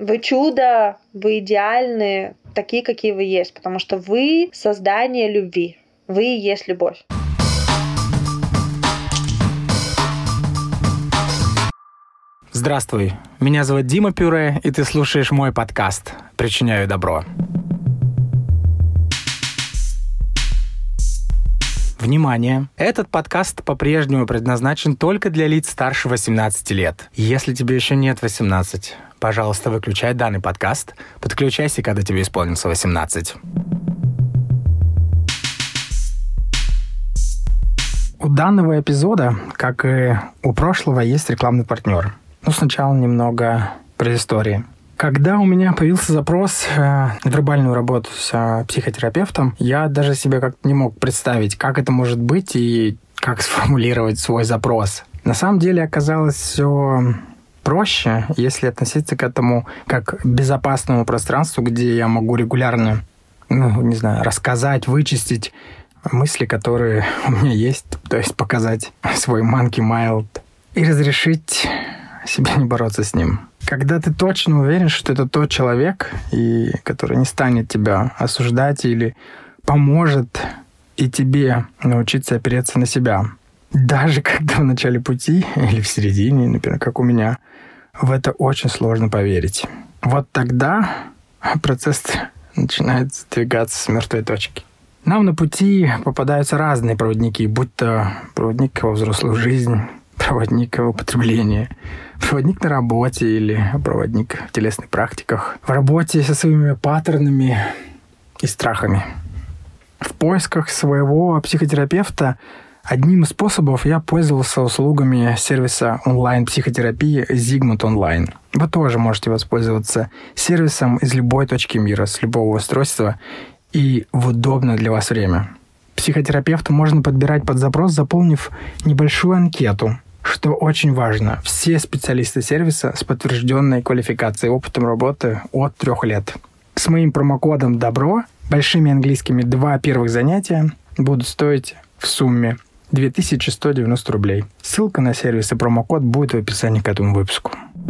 Вы чудо, вы идеальны, такие, какие вы есть, потому что вы создание любви. Вы и есть любовь. Здравствуй, меня зовут Дима Пюре, и ты слушаешь мой подкаст «Причиняю добро». Внимание! Этот подкаст по-прежнему предназначен только для лиц старше 18 лет. Если тебе еще нет 18, пожалуйста, выключай данный подкаст, подключайся, когда тебе исполнится 18. У данного эпизода, как и у прошлого, есть рекламный партнер. Но сначала немного предыстории. Когда у меня появился запрос на вербальную работу с психотерапевтом, я даже себе как-то не мог представить, как это может быть и как сформулировать свой запрос. На самом деле оказалось все проще, если относиться к этому как к безопасному пространству, где я могу регулярно, рассказать, вычистить мысли, которые у меня есть, то есть показать свой monkey mild и разрешить себе не бороться с ним. Когда ты точно уверен, что это тот человек, который не станет тебя осуждать или поможет и тебе научиться опереться на себя. Даже когда в начале пути или в середине, например, как у меня, в это очень сложно поверить. Вот тогда процесс начинает двигаться с мертвой точки. Нам на пути попадаются разные проводники, будь то проводник во взрослую жизнь, проводник в употреблении, проводник на работе или проводник в телесных практиках, в работе со своими паттернами и страхами. В поисках своего психотерапевта одним из способов я пользовался услугами сервиса онлайн-психотерапии Zigmund Online. Вы тоже можете воспользоваться сервисом из любой точки мира, с любого устройства и в удобное для вас время. Психотерапевта можно подбирать под запрос, заполнив небольшую анкету. Что очень важно, все специалисты сервиса с подтвержденной квалификацией и опытом работы от 3 лет. С моим промокодом «Добро» большими английскими 2 первых занятия будут стоить в сумме 2190 рублей. Ссылка на сервис и промокод будет в описании к этому выпуску.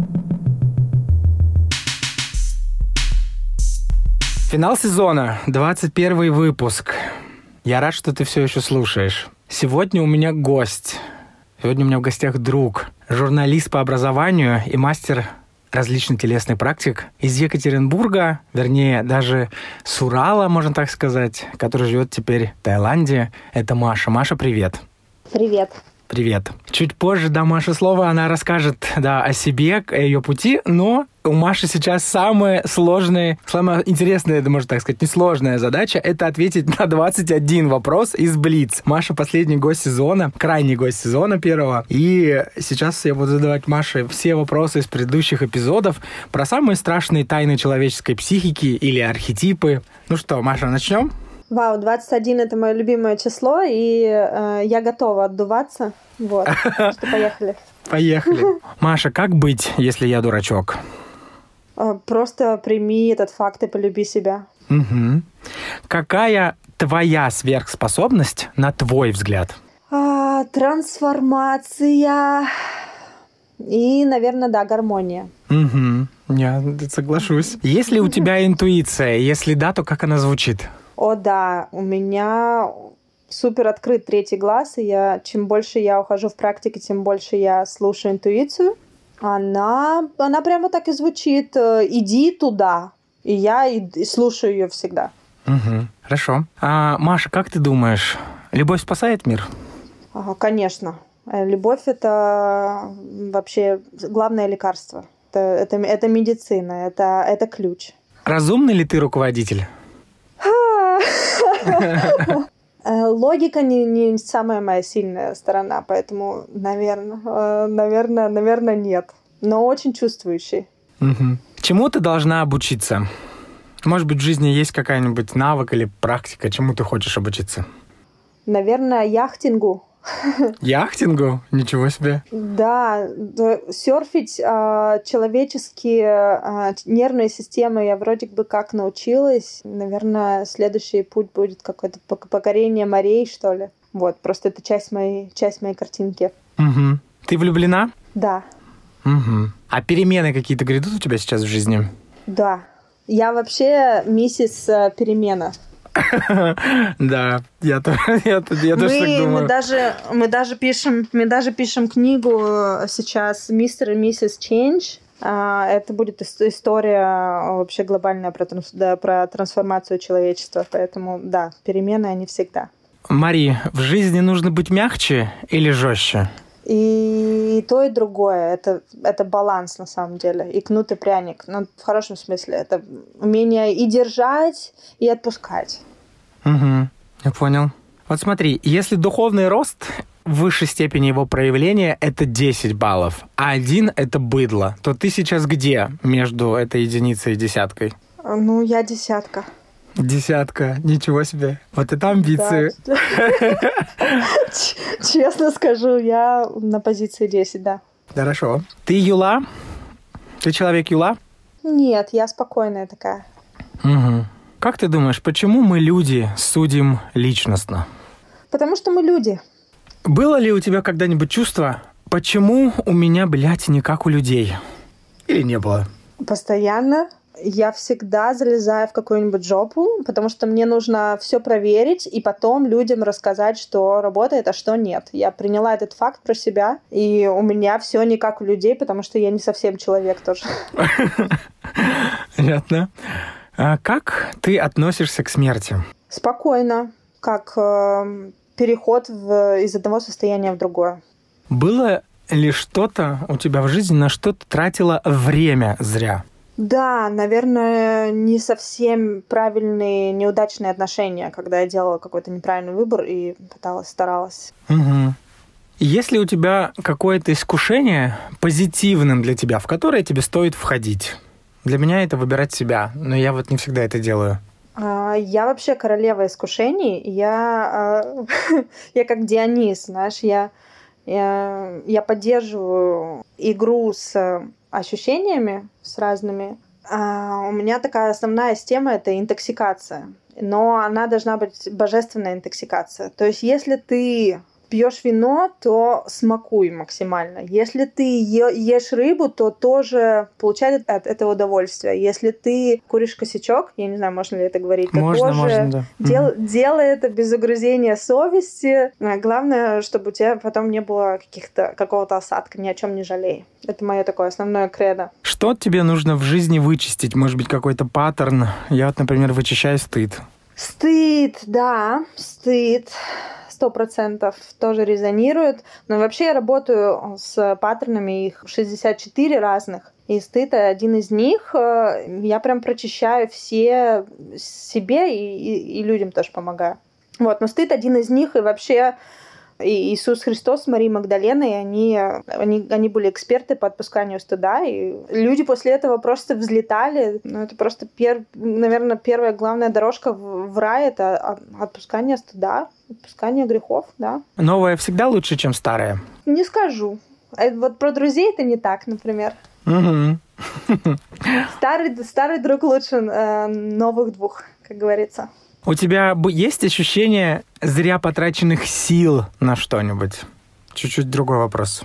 Финал сезона, 21 выпуск. Я рад, что ты все еще слушаешь. Сегодня у меня гость. Сегодня у меня в гостях друг, журналист по образованию и мастер различных телесных практик из Екатеринбурга, вернее, даже с Урала, можно так сказать, который живет теперь в Таиланде. Это Маша. Маша, привет. Привет. Привет. Чуть позже дам Маше слово, она расскажет, о себе, о ее пути, но у Маши сейчас самая сложная, самая интересная, можно так сказать, несложная задача — это ответить на 21 вопрос из Блиц. Маша — последний гость сезона, крайний гость сезона первого, и сейчас я буду задавать Маше все вопросы из предыдущих эпизодов про самые страшные тайны человеческой психики или архетипы. Ну что, Маша, начнем? Вау, 21 — это мое любимое число, и я готова отдуваться. Вот, что поехали. Поехали. Маша, как быть, если я дурачок? Просто прими этот факт и полюби себя. Угу. Какая твоя сверхспособность, на твой взгляд? Трансформация и, наверное, гармония. Угу. Я соглашусь. Есть ли у тебя интуиция? Если да, то как она звучит? О, да, у меня супер открыт 3-й глаз, и чем больше я ухожу в практике, тем больше я слушаю интуицию. Она прямо так и звучит: иди туда. И я слушаю ее всегда. Угу. Хорошо. Маша, как ты думаешь, любовь спасает мир? Конечно. Любовь — это вообще главное лекарство. Это медицина, это ключ. Разумный ли ты руководитель? Логика не самая моя сильная сторона, поэтому, наверное, нет. Но очень чувствующий. Угу. Чему ты должна обучиться? Может быть, в жизни есть какая-нибудь навык или практика, чему ты хочешь обучиться? Наверное, яхтингу. Яхтингу? Ничего себе. Да, серфить человеческие нервные системы я вроде бы как научилась. Наверное, следующий путь будет какое-то покорение морей, что ли. Вот, просто это часть моей картинки. Угу. Ты влюблена? Да. Угу. А перемены какие-то грядут у тебя сейчас в жизни? Да. Я вообще миссис перемена. Да, я тоже так думаю. Мы даже пишем книгу сейчас «Мистер и миссис Change». Это будет история вообще глобальная про трансформацию человечества. Поэтому, да, перемены, они всегда. Мари, в жизни нужно быть мягче или жестче? И то, и другое. Это баланс, на самом деле. И кнут, и пряник. Но в хорошем смысле. Это умение и держать, и отпускать. Угу, я понял. Вот смотри, если духовный рост в высшей степени его проявления — это 10 баллов, а 1 — это быдло, то ты сейчас где между этой единицей и десяткой? Ну, я 10. 10, ничего себе. Вот это амбиции. Да. Честно скажу, я на позиции 10, да. Хорошо. Ты юла? Ты человек юла? Нет, я спокойная такая. Угу. Как ты думаешь, почему мы, люди, судим личностно? Потому что мы люди. Было ли у тебя когда-нибудь чувство, почему у меня, блядь, не как у людей? Или не было? Постоянно. Я всегда залезаю в какую-нибудь жопу, потому что мне нужно все проверить и потом людям рассказать, что работает, а что нет. Я приняла этот факт про себя, и у меня все не как у людей, потому что я не совсем человек тоже. Понятно. А как ты относишься к смерти? Спокойно, как переход из одного состояния в другое. Было ли что-то у тебя в жизни, на что ты тратила время зря? Да, наверное, не совсем правильные, неудачные отношения, когда я делала какой-то неправильный выбор и старалась. Угу. Есть ли у тебя какое-то искушение позитивным для тебя, в которое тебе стоит входить? Для меня это выбирать себя, но я вот не всегда это делаю. Я вообще королева искушений. Я как Дионис, знаешь, я поддерживаю игру с ощущениями, с разными. У меня такая основная тема — это интоксикация. Но она должна быть божественная интоксикация. То есть если ты пьешь вино, то смакуй максимально. Если ты ешь рыбу, то тоже получай от этого удовольствие. Если ты куришь косячок, я не знаю, можно ли это говорить, то тоже делай это без угрызения совести. Главное, чтобы у тебя потом не было какого-то осадка, ни о чем не жалей. Это мое такое основное кредо. Что тебе нужно в жизни вычистить? Может быть, какой-то паттерн? Я вот, например, вычищаю стыд. Стыд, да, стыд. 100% тоже резонирует. Но вообще я работаю с паттернами, их 64 разных. И стыд — один из них. Я прям прочищаю все себе и людям тоже помогаю. Вот, но стыд — один из них. И вообще и Иисус Христос с Марией Магдаленой, они были эксперты по отпусканию стыда. И люди после этого просто взлетали. Ну, это просто, наверное, первая главная дорожка в рай — это отпускание стыда. Отпускание грехов, да. Новое всегда лучше, чем старое? Не скажу. Вот про друзей это не так, например. Угу. Старый друг лучше новых двух, как говорится. У тебя есть ощущение зря потраченных сил на что-нибудь? Чуть-чуть другой вопрос.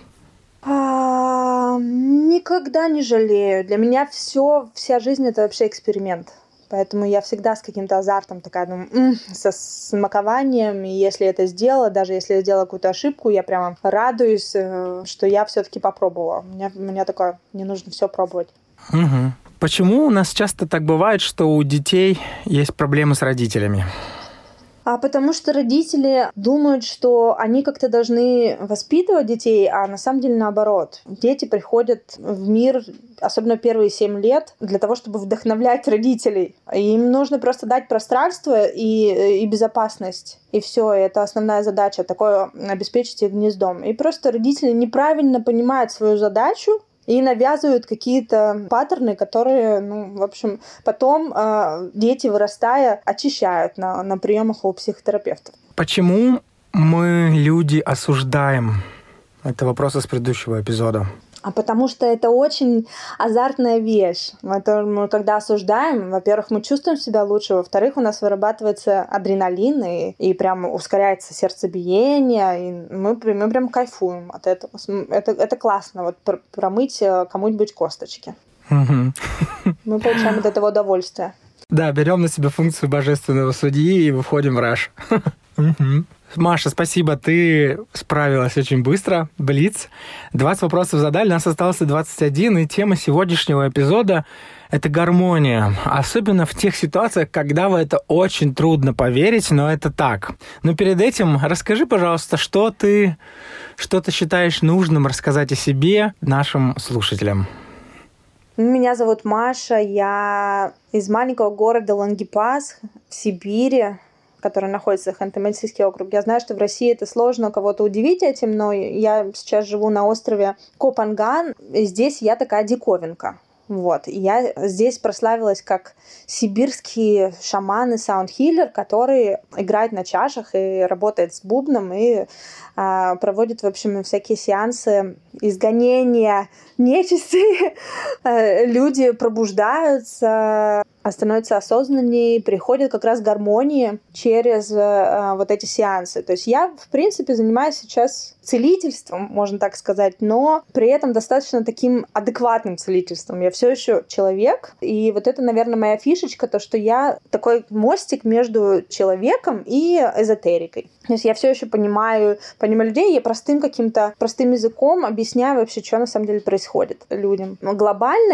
Никогда не жалею. Для меня вся жизнь — это вообще эксперимент. Поэтому я всегда с каким-то азартом такая, думаю, со смакованием. И если это сделала, даже если я сделала какую-то ошибку, я прямо радуюсь, что я все-таки попробовала. У меня такое, мне нужно все пробовать. Угу. Почему у нас часто так бывает, что у детей есть проблемы с родителями? Потому что родители думают, что они как-то должны воспитывать детей, а на самом деле наоборот. Дети приходят в мир, особенно первые 7 лет, для того, чтобы вдохновлять родителей. Им нужно просто дать пространство и безопасность. И все, это основная задача, такое обеспечить их гнездом. И просто родители неправильно понимают свою задачу, и навязывают какие-то паттерны, которые, в общем, потом дети, вырастая, очищают на приемах у психотерапевтов. Почему мы, люди, осуждаем? Это вопрос из предыдущего эпизода. Потому что это очень азартная вещь. Мы когда осуждаем, во-первых, мы чувствуем себя лучше, во-вторых, у нас вырабатывается адреналин, и прям ускоряется сердцебиение, и мы прям кайфуем от этого. Это классно, вот промыть кому-нибудь косточки. Мы получаем от этого удовольствие. Да, берем на себя функцию божественного судьи и выходим в раш. Маша, спасибо, ты справилась очень быстро. Блиц. 20 вопросов задали, нас осталось 21, и тема сегодняшнего эпизода – это гармония. Особенно в тех ситуациях, когда в это очень трудно поверить, но это так. Но перед этим расскажи, пожалуйста, что ты считаешь нужным рассказать о себе нашим слушателям. Меня зовут Маша, я из маленького города Лангепас в Сибири, который находится в Ханты-Мансийский округ. Я знаю, что в России это сложно кого-то удивить этим, но я сейчас живу на острове Копанган, и здесь я такая диковинка. Вот. И я здесь прославилась как сибирский шаман и саунд-хиллер, который играет на чашах и работает с бубном и проводит, в общем, всякие сеансы изгонения нечисти. Люди пробуждаются, становятся осознаннее, приходят как раз к гармонии через вот эти сеансы. То есть я, в принципе, занимаюсь сейчас целительством, можно так сказать, но при этом достаточно таким адекватным целительством. Я все еще человек, и вот это, наверное, моя фишечка, то, что я такой мостик между человеком и эзотерикой. То есть я все еще понимаю людей, я простым языком объясняю вообще, что на самом деле происходит людям. Глобально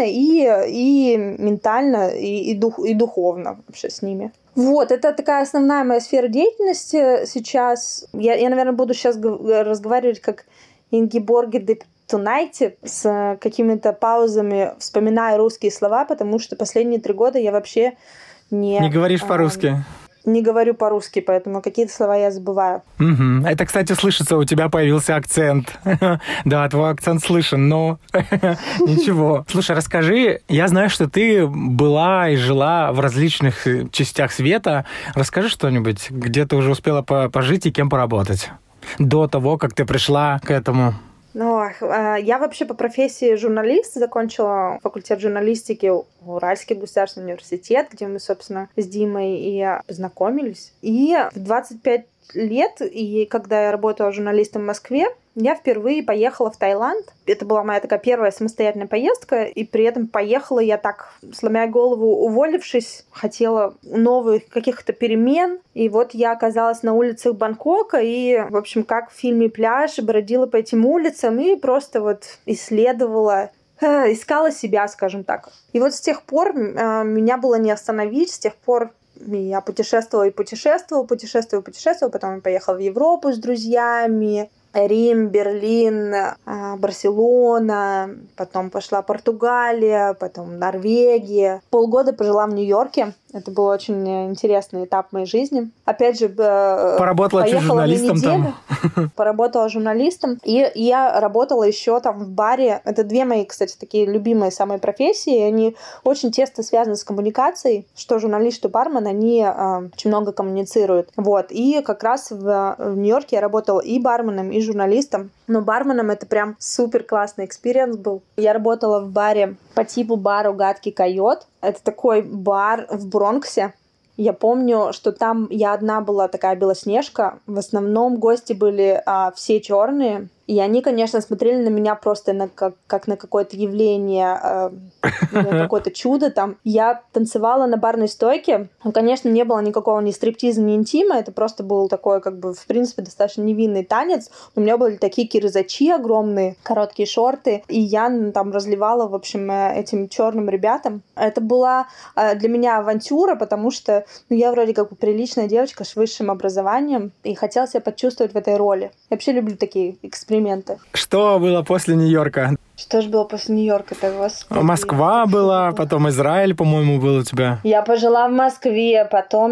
и ментально, и духовно вообще с ними. Вот, это такая основная моя сфера деятельности сейчас. Я наверное, буду сейчас разговаривать как Ингеборге де Тунайте с какими-то паузами, вспоминая русские слова, потому что последние 3 года я вообще не говоришь по-русски. Не говорю по-русски, поэтому какие-то слова я забываю. Это, кстати, слышится, у тебя появился акцент. Да, твой акцент слышен, но ничего. Слушай, расскажи, я знаю, что ты была и жила в различных частях света. Расскажи что-нибудь, где ты уже успела пожить и кем поработать до того, как ты пришла к этому. Я вообще по профессии журналист, закончила факультет журналистики Уральский государственный университет, где мы, собственно, с Димой и познакомились. И в 25 лет, и когда я работала журналистом в Москве, я впервые поехала в Таиланд. Это была моя такая первая самостоятельная поездка, и при этом поехала я так, сломя голову, уволившись, хотела новых каких-то перемен. И вот я оказалась на улицах Бангкока и, в общем, как в фильме «Пляж», бродила по этим улицам и просто вот исследовала, искала себя, скажем так. И вот с тех пор меня было не остановить, с тех пор я путешествовала, потом я поехала в Европу с друзьями, Рим, Берлин, Барселона, потом пошла Португалия, потом Норвегия. Полгода пожила в Нью-Йорке. Это был очень интересный этап моей жизни. Опять же, поработала журналистом там. Поработала журналистом. И я работала еще там в баре. Это 2 мои, кстати, такие любимые самые профессии. Они очень тесно связаны с коммуникацией. Что журналист, что бармен, они очень много коммуницируют. Вот. И как раз в Нью-Йорке я работала и барменом, и журналистом. Но барменом это прям супер классный экспириенс был. Я работала в баре по типу бару «Гадкий койот». Это такой бар в Бронксе. Я помню, что там я одна была такая белоснежка. В основном гости были все черные. И они, конечно, смотрели на меня просто как на какое-то явление, на какое-то чудо там. Я танцевала на барной стойке. Конечно, не было никакого ни стриптиза, ни интима. Это просто был такой, в принципе, достаточно невинный танец. У меня были такие кирзачи огромные, короткие шорты. И я там разливала, в общем, этим черным ребятам. Это была для меня авантюра, потому что я вроде как бы приличная девочка с высшим образованием. И хотела себя почувствовать в этой роли. Я вообще люблю такие эксперименты. Что было после Нью-Йорка? Что же было после Нью-Йорка-то, господи? Москва была, потом Израиль, по-моему, был у тебя. Я пожила в Москве, потом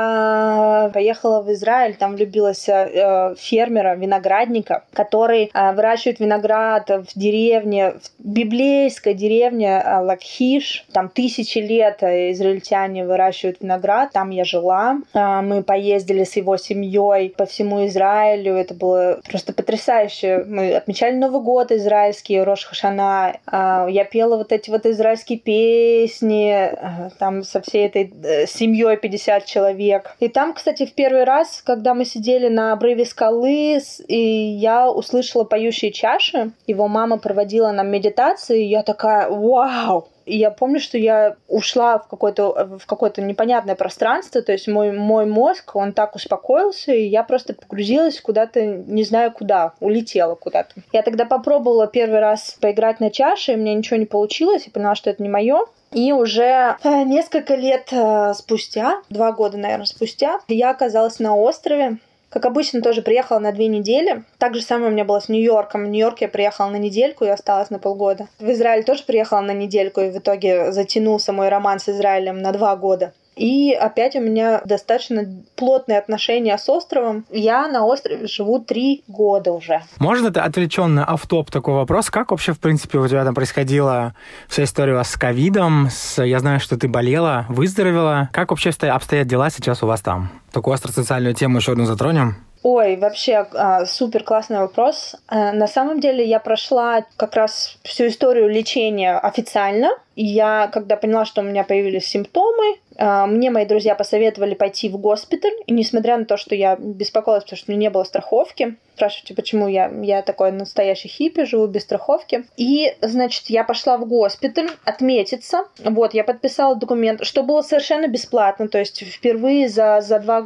я поехала в Израиль, там влюбилась в фермера, виноградника, который выращивает виноград в деревне, в библейской деревне Лакхиш. Там 1000 лет израильтяне выращивают виноград, там я жила. Мы поездили с его семьей по всему Израилю, это было просто потрясающе. Мы отмечали Новый год израильский, Рош Хашана. Я пела вот эти вот израильские песни, там со всей этой семьей 50 человек. И там, кстати, в первый раз, когда мы сидели на обрыве скалы, и я услышала поющие чаши, его мама проводила нам медитации, и я такая: вау! И я помню, что я ушла в какое-то непонятное пространство, то есть мой мозг, он так успокоился, и я просто погрузилась куда-то, не знаю куда, улетела куда-то. Я тогда попробовала первый раз поиграть на чаше, и у меня ничего не получилось, и поняла, что это не мое. И уже несколько лет спустя, 2 года, наверное, спустя, я оказалась на острове. Как обычно, тоже приехала на 2 недели. Так же самое у меня было с Нью-Йорком. В Нью-Йорке я приехала на недельку и осталась на полгода. В Израиль тоже приехала на недельку, и в итоге затянулся мой роман с Израилем на 2 года. И опять у меня достаточно плотные отношения с островом. Я на острове живу 3 года уже. Можно это отвлеченно автоп такой вопрос? Как вообще, в принципе, у тебя там происходила вся история у вас с ковидом? Я знаю, что ты болела, выздоровела. Как вообще обстоят дела сейчас у вас там? Такую остросоциальную тему еще одну затронем. Ой, вообще супер классный вопрос. На самом деле я прошла как раз всю историю лечения официально. И я, когда поняла, что у меня появились симптомы, мне мои друзья посоветовали пойти в госпиталь. И несмотря на то, что я беспокоилась, потому что у меня не было страховки, спрашиваете, почему я такой настоящий хиппи, живу без страховки. И, значит, я пошла в госпиталь отметиться. Вот, я подписала документ, что было совершенно бесплатно. То есть впервые за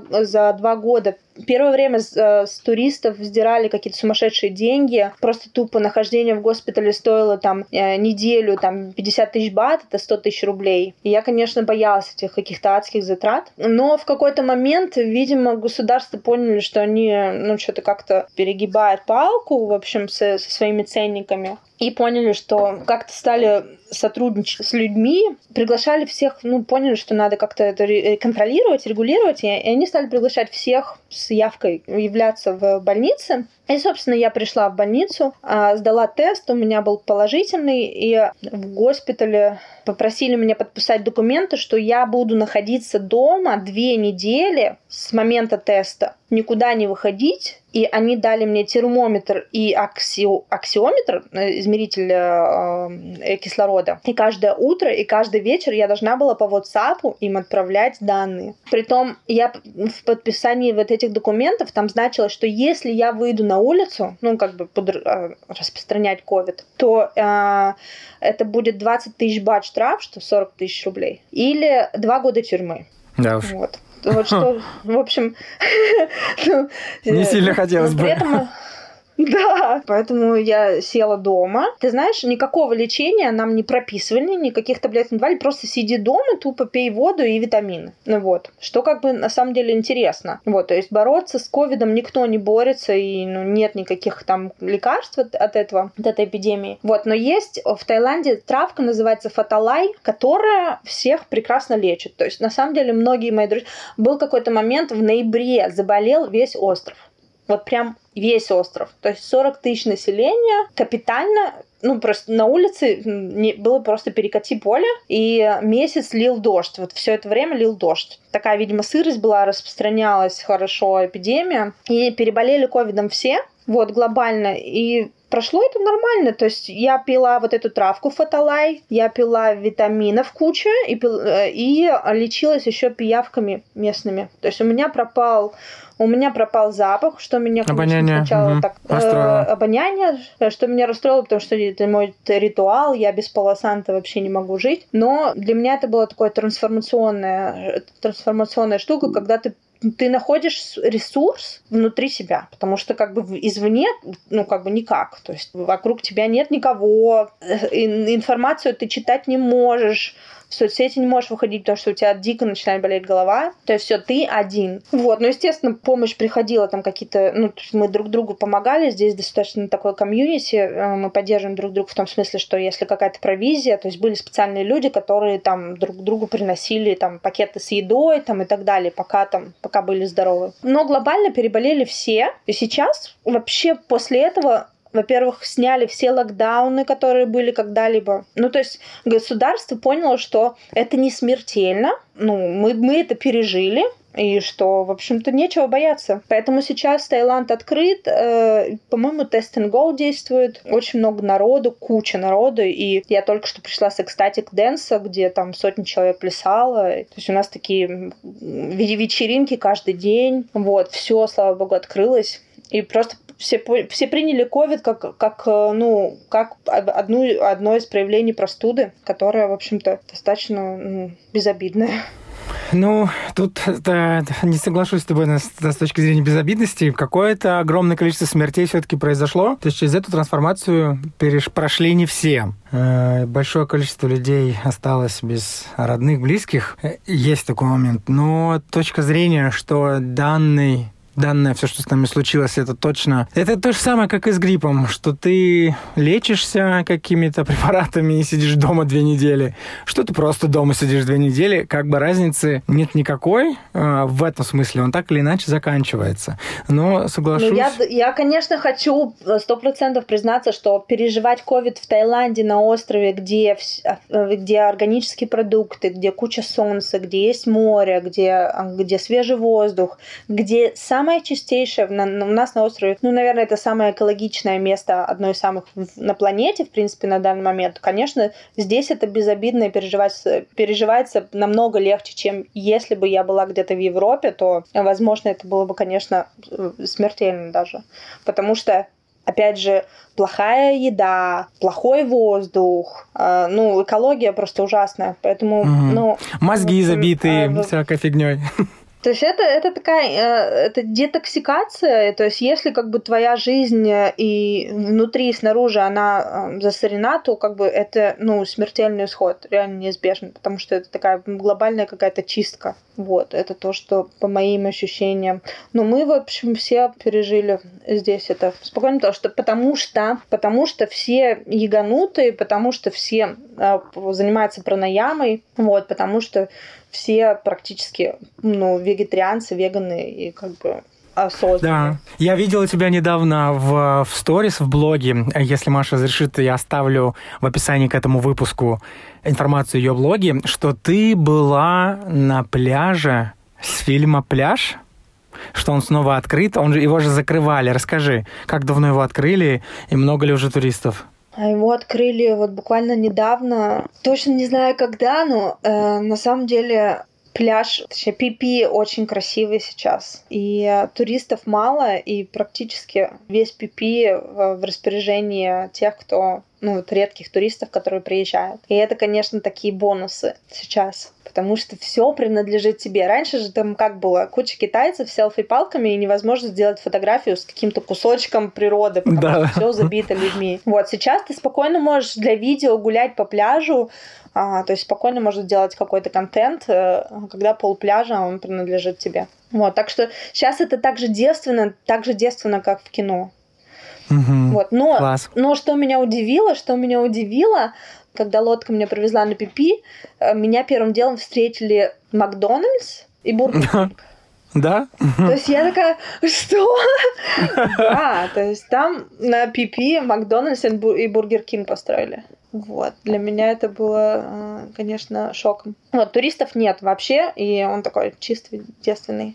2 года. Первое время с туристов сдирали какие-то сумасшедшие деньги. Просто тупо нахождение в госпитале стоило там неделю, там 50 тысяч бат, это 100 тысяч рублей. И я, конечно, боялась этих каких-то адских затрат. Но в какой-то момент, видимо, государство поняли, что они, что-то как-то перегибают палку, в общем, со своими ценниками. И поняли, что как-то стали сотрудничать с людьми, приглашали всех, поняли, что надо как-то это контролировать, регулировать, и они стали приглашать всех с явкой являться в больнице. И, собственно, я пришла в больницу, сдала тест, у меня был положительный, и в госпитале попросили меня подписать документы, что я буду находиться дома 2 недели с момента теста, никуда не выходить. И они дали мне термометр и аксиометр, измеритель кислорода. И каждое утро, и каждый вечер я должна была по WhatsApp им отправлять данные. Притом я в подписании вот этих документов там значилось, что если я выйду на улицу, распространять COVID, то это будет 20 тысяч бат штраф, что 40 тысяч рублей, или 2 года тюрьмы. Да уж. Вот что, в общем... Не сильно хотелось бы. Да, поэтому я села дома. Ты знаешь, никакого лечения нам не прописывали, никаких таблеток не давали, просто сиди дома, тупо пей воду и витамины. Что на самом деле интересно. То есть бороться с ковидом никто не борется, и нет никаких там лекарств от этой эпидемии. Но есть в Таиланде травка, называется фаталай, которая всех прекрасно лечит. То есть на самом деле многие мои друзья... Был какой-то момент, в ноябре заболел весь остров. Прям весь остров. То есть 40 тысяч населения капитально, просто на улице было просто перекати поле, и месяц лил дождь. Все это время лил дождь. Такая, видимо, сырость была, распространялась хорошо эпидемия. И переболели ковидом все, глобально. И прошло это нормально. То есть я пила эту травку фаталай, я пила витаминов кучу и лечилась еще пиявками местными. То есть у меня пропал запах, что меня сначала обоняние, что меня расстроило, потому что это мой ритуал, я без полосан-то вообще не могу жить. Но для меня это была такая трансформационная штука, когда ты находишь ресурс внутри себя, потому что извне, никак. То есть вокруг тебя нет никого, информацию ты читать не можешь, в соцсети не можешь выходить, потому что у тебя дико начинает болеть голова. То есть все, ты один. Естественно, помощь приходила, там какие-то... мы друг другу помогали. Здесь достаточно такое комьюнити. Мы поддерживаем друг друга в том смысле, что если какая-то провизия, то есть были специальные люди, которые там друг другу приносили там пакеты с едой там, и так далее, пока были здоровы. Но глобально переболели все. И сейчас вообще после этого... Во-первых, сняли все локдауны, которые были когда-либо. То есть государство поняло, что это не смертельно. Мы это пережили. И что, в общем-то, нечего бояться. Поэтому сейчас Таиланд открыт. По-моему, Test and Go действует. Очень много народу, куча народу. И я только что пришла с Ecstatic Dance, где там сотни человек плясало. То есть у нас такие вечеринки каждый день. Все, слава богу, открылось. И просто Все приняли ковид как одно из проявлений простуды, которое, в общем-то, достаточно безобидное. Ну, тут не соглашусь с тобой с точки зрения безобидности. Какое-то огромное количество смертей все-таки произошло. То есть через эту трансформацию прошли не все. Большое количество людей осталось без родных, близких. Есть такой момент. Но точка зрения, что данное все, что с нами случилось, это точно... Это то же самое, как и с гриппом, что ты лечишься какими-то препаратами и сидишь дома 2 недели, что ты просто дома сидишь 2 недели, как бы разницы нет никакой в этом смысле, он так или иначе заканчивается. Но соглашусь... Я, конечно, хочу 100% признаться, что переживать ковид в Таиланде на острове, где органические продукты, где куча солнца, где есть море, где свежий воздух, где самое чистейшее у нас на острове, наверное, это самое экологичное место, одно из самых на планете, в принципе, на данный момент. Конечно, здесь это безобидно и переживается намного легче, чем если бы я была где-то в Европе, то, возможно, это было бы, конечно, смертельно даже. Потому что, опять же, плохая еда, плохой воздух, экология просто ужасная. Поэтому, мозги забитые всякой фигней. То есть это такая детоксикация, то есть если как бы твоя жизнь и внутри, и снаружи она засорена, то как бы это, смертельный исход, реально неизбежен, потому что это такая глобальная какая-то чистка. Вот, это то, что по моим ощущениям. Мы, в общем, все пережили здесь это спокойно, потому что все яганутые, потому что все занимаются пранаямой, вот, потому что все практически, вегетарианцы, веганы и как бы осознанные. Да. Я видела тебя недавно в сторис, в блоге. Если Маша разрешит, я оставлю в описании к этому выпуску информацию о ее блоге, что ты была на пляже с фильма «Пляж», что он снова открыт, его же закрывали. Расскажи, как давно его открыли и много ли уже туристов? Его открыли вот буквально недавно. Точно не знаю когда, но на самом деле пляж, точнее, Пи-Пи очень красивый сейчас. И туристов мало, и практически весь Пи-Пи в распоряжении тех, кто, редких туристов, которые приезжают. И это, конечно, такие бонусы сейчас. Потому что все принадлежит тебе. Раньше же там как было? Куча китайцев с селфи-палками, и невозможно сделать фотографию с каким-то кусочком природы, потому что все забито людьми. Вот сейчас ты спокойно можешь для видео гулять по пляжу, то есть спокойно можно делать какой-то контент, когда полпляжа, он принадлежит тебе. Вот, так что сейчас это так же девственно, как в кино. Вот. Но что меня удивило, когда лодка меня привезла на Пи-Пи, меня первым делом встретили Макдональдс и Бургер Кинг. Да? То есть я такая, что? Да, то есть там на Пи-Пи Макдональдс и Бургер Кинг построили. Вот. Для меня это было, конечно, шоком. Вот, туристов нет вообще, и он такой чистый, девственный.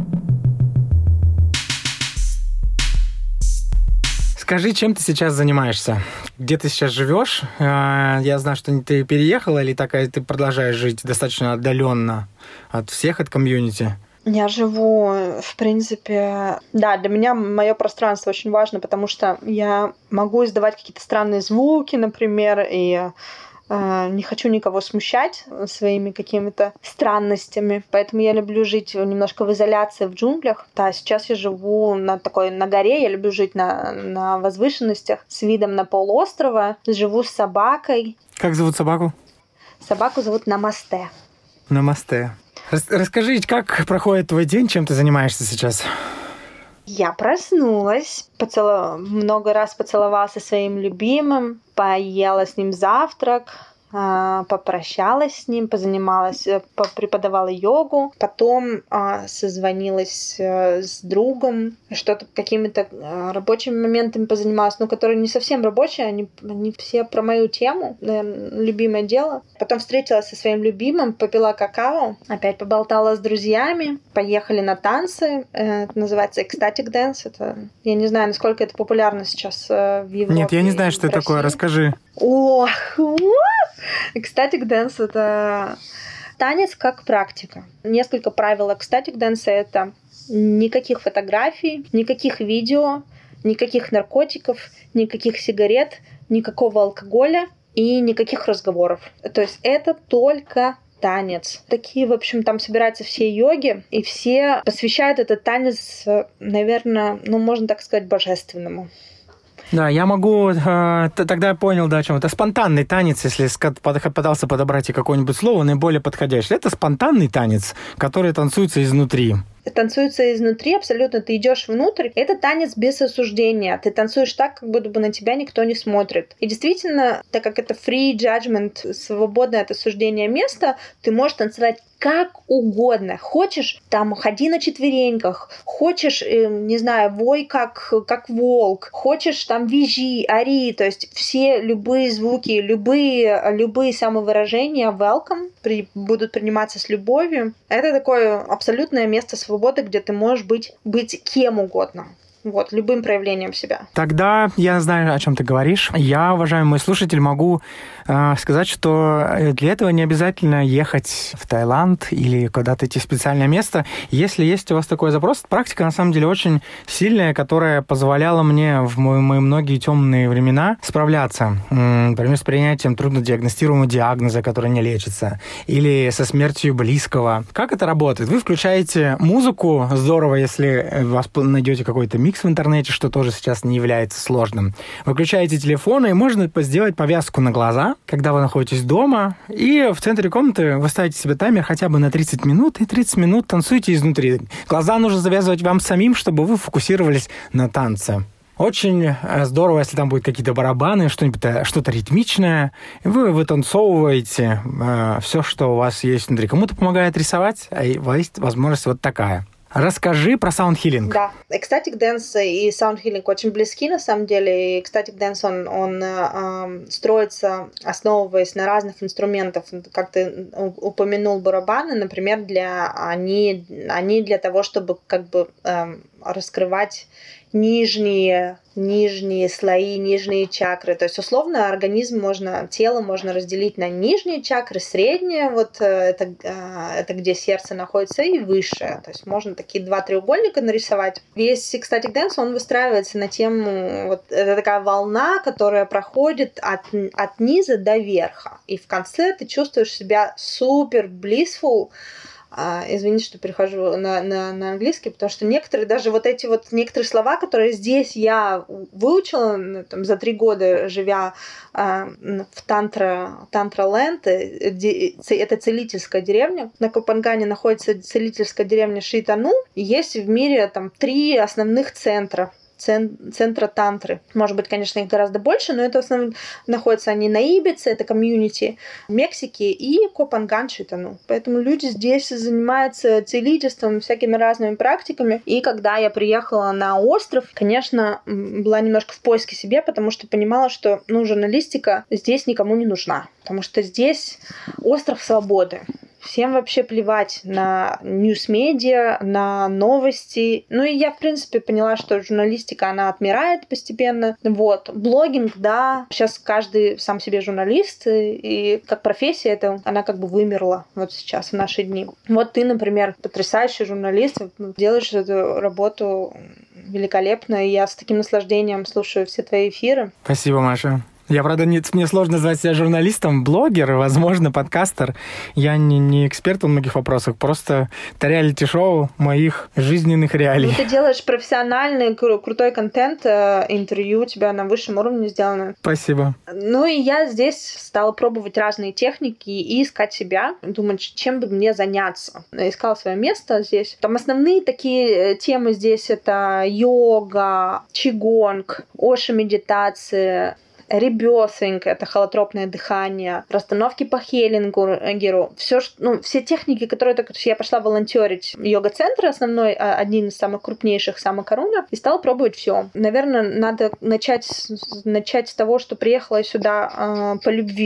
Скажи, чем ты сейчас занимаешься? Где ты сейчас живешь? Я знаю, что ты переехала или ты продолжаешь жить достаточно отдаленно от всех, от комьюнити? Я живу, в принципе... Да, для меня мое пространство очень важно, потому что я могу издавать какие-то странные звуки, например, и не хочу никого смущать своими какими-то странностями. Поэтому я люблю жить немножко в изоляции в джунглях. Да, сейчас я живу на горе, я люблю жить на возвышенностях с видом на полуострова. Живу с собакой. Как зовут собаку? Собаку зовут Намасте. Намасте. Расскажи, как проходит твой день, чем ты занимаешься сейчас? Я проснулась, много раз поцеловалась со своим любимым, поела с ним завтрак, попрощалась с ним, преподавала йогу, потом созвонилась с другом, что-то какими-то рабочими моментами позанималась, которые не совсем рабочие, они все про мою тему, наверное, любимое дело. Потом встретилась со своим любимым, попила какао, опять поболтала с друзьями, поехали на танцы, это называется ecstatic dance, я не знаю, насколько это популярно сейчас в Европе. Нет, я не знаю, что это такое, расскажи. Ecstatic dance — это танец как практика. Несколько правил ecstatic dance — это никаких фотографий, никаких видео, Никаких наркотиков, никаких сигарет, никакого алкоголя и никаких разговоров. То есть это только танец. Такие, в общем, там собираются все йоги, и все посвящают этот танец, наверное, можно так сказать, божественному. Да, я могу... Тогда я понял, да, о чем. Это спонтанный танец, если пытался подобрать и какое-нибудь слово наиболее подходящее. Это спонтанный танец, который танцуется изнутри. Танцуется изнутри, абсолютно. Ты идешь внутрь. Это танец без осуждения. Ты танцуешь так, как будто бы на тебя никто не смотрит. И действительно, так как это free judgment, свободное от осуждения место, ты можешь танцевать как угодно. Хочешь, там, ходи на четвереньках. Хочешь, не знаю, вой как волк. Хочешь, там, визжи, ори. То есть все любые звуки, любые самовыражения welcome будут приниматься с любовью. Это такое абсолютное место свободы, где ты можешь быть кем угодно. Вот, любым проявлением себя. Тогда я знаю, о чем ты говоришь. Я, уважаемый мой слушатель, могу сказать, что для этого не обязательно ехать в Таиланд или куда-то идти в специальное место. Если есть у вас такой запрос, практика, на самом деле, очень сильная, которая позволяла мне в мои многие темные времена справляться. Например, с принятием труднодиагностируемого диагноза, который не лечится, или со смертью близкого. Как это работает? Вы включаете музыку, здорово, если вы найдете какой-то микс в интернете, что тоже сейчас не является сложным. Выключаете телефон, и можно сделать повязку на глаза, когда вы находитесь дома, и в центре комнаты вы ставите себе таймер хотя бы на 30 минут, и 30 минут танцуйте изнутри. Глаза нужно завязывать вам самим, чтобы вы фокусировались на танце. Очень здорово, если там будут какие-то барабаны, что-то ритмичное. Вы вытанцовываете все, что у вас есть внутри. Кому-то помогает рисовать, а есть возможность вот такая. Расскажи про саунд-хилинг. Да, Ecstatic Dance и саунд-хилинг очень близки, на самом деле. Ecstatic Dance, он строится, основываясь на разных инструментах. Как ты упомянул, барабаны, например, они для того, чтобы раскрывать нижние слои, нижние чакры. То есть, условно, тело можно разделить на нижние чакры, средние, вот это где сердце находится, и высшее. То есть, можно такие 2 треугольника нарисовать. Весь Ecstatic Dance, он выстраивается на тему, вот это такая волна, которая проходит от низа до верха. И в конце ты чувствуешь себя супер blissful. Извините, что перехожу на английский, потому что некоторые, даже некоторые слова, которые здесь я выучила за 3 года, живя в Тантра-ленд, это целительская деревня. На Копангане находится целительская деревня Шитану. Есть в мире 3 основных центра тантры. Может быть, конечно, их гораздо больше, но это в основном находятся они на Ибице, это комьюнити в Мексике, и Копанган, Шитану. Поэтому люди здесь занимаются целительством, всякими разными практиками. И когда я приехала на остров, конечно, была немножко в поиске себе, потому что понимала, что журналистика здесь никому не нужна. Потому что здесь остров свободы. Всем вообще плевать на ньюс-медиа, на новости. И я, в принципе, поняла, что журналистика, она отмирает постепенно. Вот. Блогинг, да, сейчас каждый сам себе журналист, и как профессия она вымерла вот сейчас, в наши дни. Вот ты, например, потрясающий журналист, делаешь эту работу великолепно, и я с таким наслаждением слушаю все твои эфиры. Спасибо, Маша. Я, правда, мне сложно назвать себя журналистом, блогер, возможно, подкастер. Я не эксперт в многих вопросах, просто это реалити-шоу моих жизненных реалий. Ты делаешь профессиональный, крутой контент, интервью у тебя на высшем уровне сделано. Спасибо. И я здесь стала пробовать разные техники и искать себя, думать, чем бы мне заняться. Искала свое место здесь. Там основные такие темы здесь — это йога, чигонг, оши-медитация, ребёрсинг — это холотропное дыхание, расстановки по Хеллингеру, все техники, которые я пошла волонтерить. Йога-центр основной, один из самых крупнейших, Самакаруна, и стала пробовать все. Наверное, надо начать с того, что приехала сюда по любви.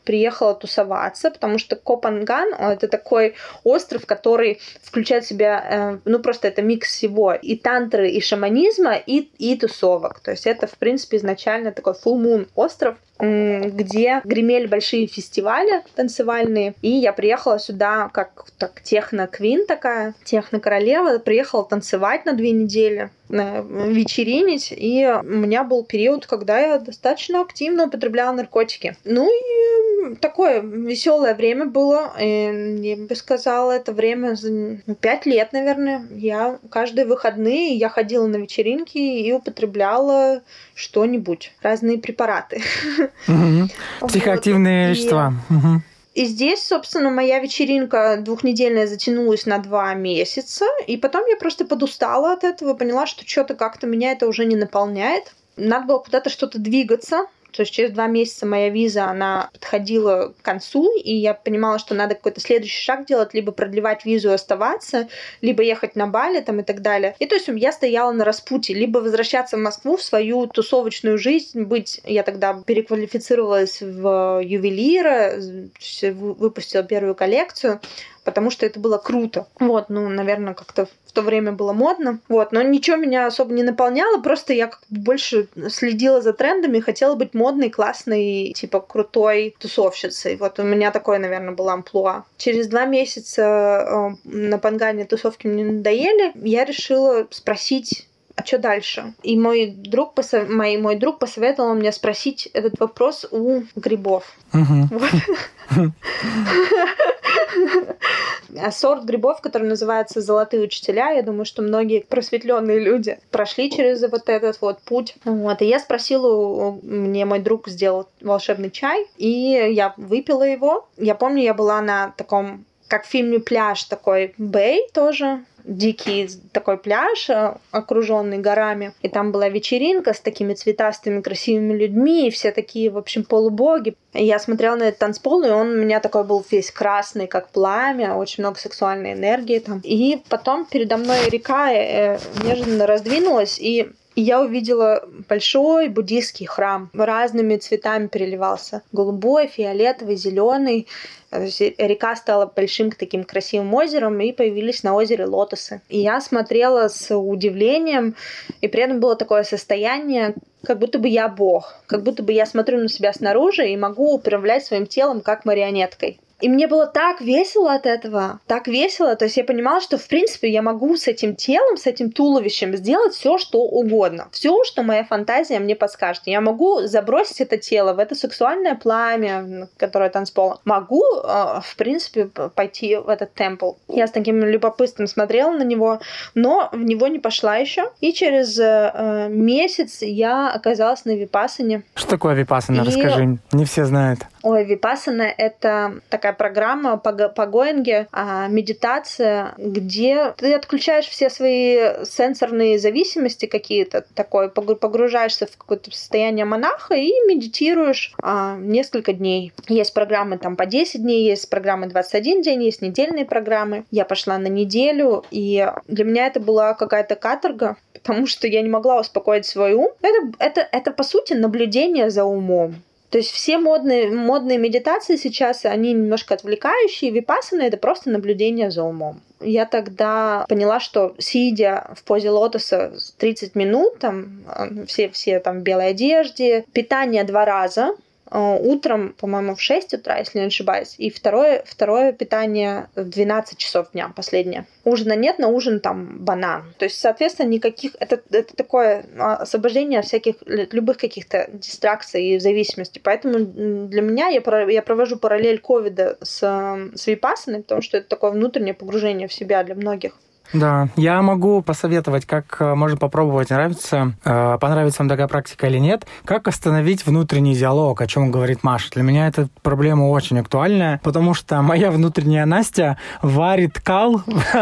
приехала тусоваться, потому что Коh Phangan — это такой остров, который включает в себя, просто это микс всего и тантры, и шаманизма, и тусовок. То есть это, в принципе, изначально такой full moon остров, где гремели большие фестивали танцевальные. И я приехала сюда как техно-квин такая, техно-королева. Приехала танцевать на 2 недели, вечеринить. И у меня был период, когда я достаточно активно употребляла наркотики. И такое веселое время было. И, я бы сказала, это время 5 лет, наверное. Я каждые выходные я ходила на вечеринки и употребляла что-нибудь, разные препараты. Психоактивные вещества. И здесь, собственно, моя вечеринка 2-недельная затянулась на 2 месяца, и потом я просто подустала от этого, поняла, что что-то как-то меня это уже не наполняет. Надо было куда-то что-то двигаться. То есть через 2 месяца моя виза, она подходила к концу, и я понимала, что надо какой-то следующий шаг делать, либо продлевать визу и оставаться, либо ехать на Бали там, и так далее. И то есть я стояла на распутье, либо возвращаться в Москву, в свою тусовочную жизнь, я тогда переквалифицировалась в ювелира, выпустила первую коллекцию, потому что это было круто. Наверное, как-то в то время было модно. Но ничего меня особо не наполняло, просто я больше следила за трендами, хотела быть модной, классной, типа крутой тусовщицей. У меня такое, наверное, было амплуа. Через 2 месяца на Пангане тусовки мне надоели, я решила спросить, а что дальше? И мой друг посоветовал мне спросить этот вопрос у грибов. Сорт грибов, который называется «Золотые учителя». Я думаю, что многие просветленные люди прошли через этот путь. И я спросила, мне мой друг сделал волшебный чай, и я выпила его. Я помню, я была на таком, как в фильме «Пляж», такой бэй тоже, дикий такой пляж, окруженный горами. И там была вечеринка с такими цветастыми, красивыми людьми, и все такие, в общем, полубоги. И я смотрела на этот танцпол, и он у меня такой был весь красный, как пламя, очень много сексуальной энергии там. И потом передо мной река неожиданно раздвинулась, и я увидела большой буддийский храм. Разными цветами переливался. Голубой, фиолетовый, зеленый. Река стала большим таким красивым озером, и появились на озере лотосы. И я смотрела с удивлением, и при этом было такое состояние, как будто бы я бог, как будто бы я смотрю на себя снаружи и могу управлять своим телом как марионеткой. И мне было так весело от этого, так весело. То есть я понимала, что, в принципе, я могу с этим телом, с этим туловищем сделать все, что угодно. Все, что моя фантазия мне подскажет. Я могу забросить это тело в это сексуальное пламя, которое танцполо. Могу, в принципе, пойти в этот темпл. Я с таким любопытством смотрела на него, но в него не пошла еще. И через месяц я оказалась на випассане. Что такое випассана? Расскажи. Не все знают. Випассана — это такая программа по Гоэнге, медитация, где ты отключаешь все свои сенсорные зависимости какие-то, погружаешься в какое-то состояние монаха и медитируешь несколько дней. Есть программы там по 10 дней, есть программы 21 день, есть недельные программы. Я пошла на неделю, и для меня это была какая-то каторга, потому что я не могла успокоить свой ум. Это по сути, наблюдение за умом. То есть все модные медитации сейчас, они немножко отвлекающие. Випассана — это просто наблюдение за умом. Я тогда поняла, что сидя в позе лотоса 30 минут, там, все там в белой одежде, питание 2 раза, утром, по-моему, в 6 утра, если не ошибаюсь, и второе питание в 12 часов дня, последнее. Ужина нет, на ужин там банан. То есть, соответственно, никаких... Это такое освобождение от всяких, любых каких-то дистракций и зависимостей. Поэтому для меня я провожу параллель ковида с випассаной, потому что это такое внутреннее погружение в себя для многих. Да, я могу посоветовать, как можно попробовать, понравится вам такая практика или нет, как остановить внутренний диалог, о чем говорит Маша. Для меня эта проблема очень актуальная, потому что моя внутренняя Настя варит кал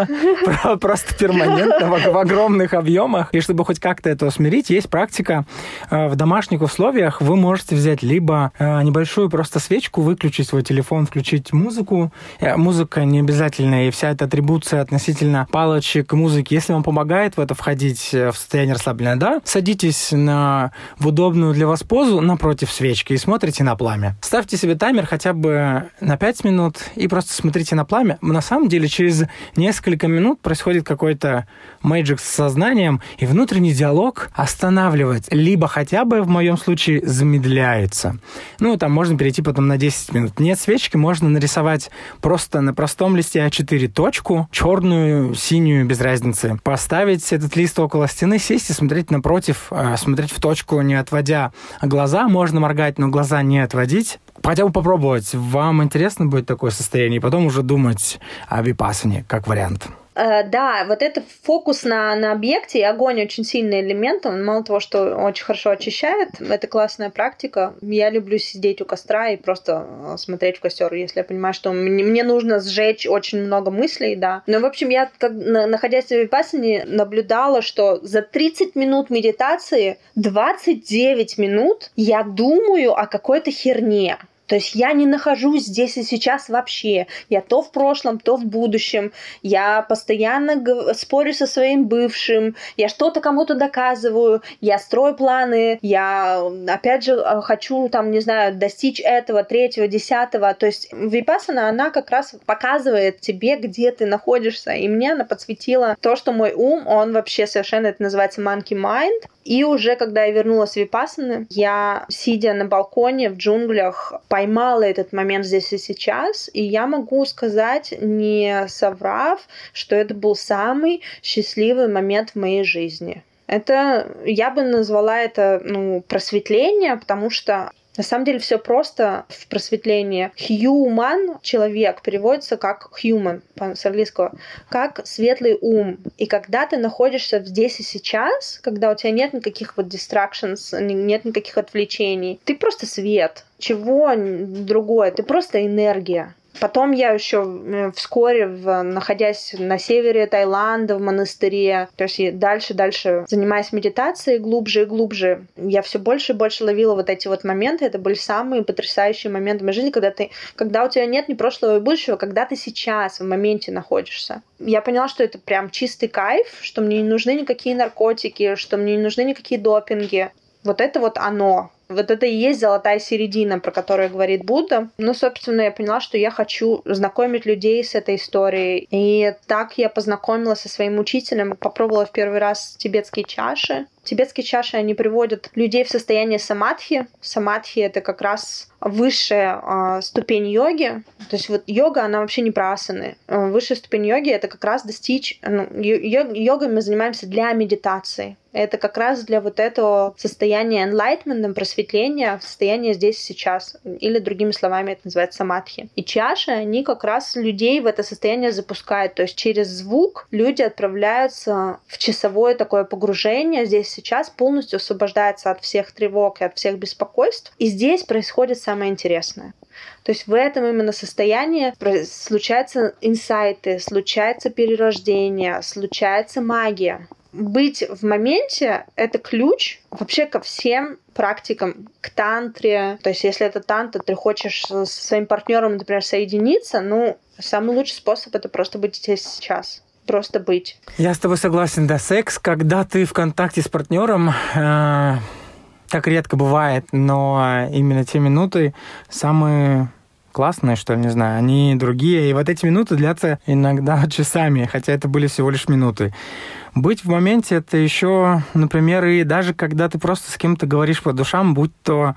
просто перманентно в огромных объемах. И чтобы хоть как-то это усмирить, есть практика в домашних условиях. Вы можете взять либо небольшую просто свечку, выключить свой телефон, включить музыку. Музыка не обязательно, и вся эта атрибуция относительно палочки, галочек, музыки. Если вам помогает в это входить в состояние расслабления, да, садитесь в удобную для вас позу напротив свечки и смотрите на пламя. Ставьте себе таймер хотя бы на 5 минут и просто смотрите на пламя. На самом деле, через несколько минут происходит какой-то мэджик с сознанием, и внутренний диалог останавливается, либо хотя бы, в моем случае, замедляется. Там можно перейти потом на 10 минут. Нет свечки, можно нарисовать просто на простом листе А4 точку, черную, синюю, без разницы. Поставить этот лист около стены, сесть и смотреть напротив, смотреть в точку, не отводя глаза. Можно моргать, но глаза не отводить. Хотя бы попробовать. Вам интересно будет такое состояние, и потом уже думать о випассане как вариант. Да, вот это фокус на объекте, и огонь очень сильный элемент, он мало того, что очень хорошо очищает, это классная практика. Я люблю сидеть у костра и просто смотреть в костер, если я понимаю, что мне нужно сжечь очень много мыслей, да. Но, в общем, я, находясь в випассане, наблюдала, что за 30 минут медитации 29 минут я думаю о какой-то херне. То есть я не нахожусь здесь и сейчас вообще. Я то в прошлом, то в будущем. Я постоянно спорю со своим бывшим. Я что-то кому-то доказываю. Я строю планы. Я, опять же, хочу, достичь этого, 3-го, 10-го. То есть випассана, она как раз показывает тебе, где ты находишься. И мне она подсветила то, что мой ум, он вообще совершенно, это называется monkey mind. И уже когда я вернулась в випассаны, я, сидя на балконе в джунглях, поймала этот момент здесь и сейчас, и я могу сказать, не соврав, что это был самый счастливый момент в моей жизни. Я бы назвала это просветление, потому что на самом деле все просто в просветлении. Human, человек, переводится как human с английского, как светлый ум. И когда ты находишься здесь и сейчас, когда у тебя нет никаких distractions, нет никаких отвлечений, ты просто свет. Чего другое? Ты просто энергия. Потом я еще вскоре, находясь на севере Таиланда, в монастыре, то есть дальше занимаясь медитацией глубже и глубже, я все больше и больше ловила вот эти вот моменты. Это были самые потрясающие моменты в моей жизни, когда у тебя нет ни прошлого, ни будущего, когда ты сейчас в моменте находишься. Я поняла, что это прям чистый кайф, что мне не нужны никакие наркотики, что мне не нужны никакие допинги. Вот это вот оно. Вот это и есть золотая середина, про которую говорит Будда. Собственно, я поняла, что я хочу знакомить людей с этой историей. И так я познакомилась со своим учителем. Попробовала в первый раз тибетские чаши. Тибетские чаши, они приводят людей в состояние самадхи. Самадхи — это как раз высшая ступень йоги. То есть вот йога, она вообще не про асаны. Высшая ступень йоги — это как раз достичь... Йогой мы занимаемся для медитации. Это как раз для вот этого состояния enlightenment, просветления, состояния здесь и сейчас. Или, другими словами, это называется самадхи. И чаши, они как раз людей в это состояние запускают. То есть через звук люди отправляются в часовое такое погружение здесь и сейчас, полностью освобождаются от всех тревог и от всех беспокойств. И здесь происходит самое интересное. То есть в этом именно состоянии случаются инсайты, случается перерождение, случается магия. Быть в моменте — это ключ вообще ко всем практикам, к тантре. То есть если это тантра, ты хочешь со своим партнером, например, соединиться, самый лучший способ — это просто быть здесь сейчас. Просто быть. Я с тобой согласен, да. Секс, когда ты в контакте с партнером, так редко бывает, но именно те минуты самые классные, что ли, не знаю, они другие. И вот эти минуты длятся иногда часами, хотя это были всего лишь минуты. Быть в моменте — это еще, например, и даже когда ты просто с кем-то говоришь по душам, будь то,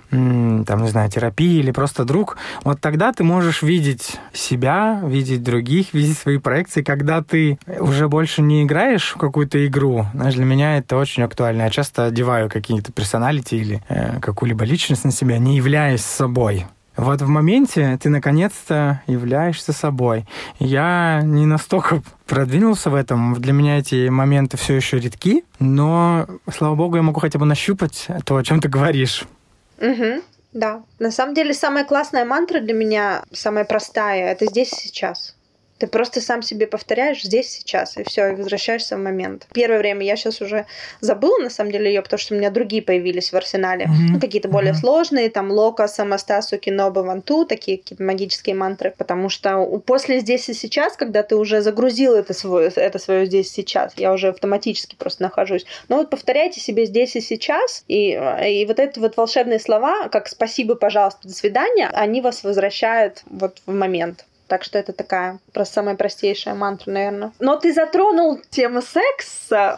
терапия или просто друг, вот тогда ты можешь видеть себя, видеть других, видеть свои проекции, когда ты уже больше не играешь в какую-то игру. Знаешь, для меня это очень актуально. Я часто одеваю какие-то персоналити или какую-либо личность на себя, не являясь собой. Вот в моменте ты наконец-то являешься собой. Я не настолько продвинулся в этом. Для меня эти моменты все еще редки, но, слава богу, я могу хотя бы нащупать то, о чем ты говоришь. Угу, да. На самом деле, самая классная мантра для меня, самая простая, это здесь и сейчас. Ты просто сам себе повторяешь здесь, сейчас, и все, и возвращаешься в момент. Первое время я сейчас уже забыла, на самом деле, ее, потому что у меня другие появились в арсенале. Ну, какие-то более сложные, там, Лока, Самастасу, Киноба, Ванту, такие какие-то магические мантры. Потому что после здесь и сейчас, когда ты уже загрузил это свое здесь и сейчас, я уже автоматически просто нахожусь. Но вот повторяйте себе здесь и сейчас, и вот эти вот волшебные слова, как «спасибо, пожалуйста, до свидания», они вас возвращают вот в момент. Так что это такая просто самая простейшая мантра, наверное. Но ты затронул тему секса.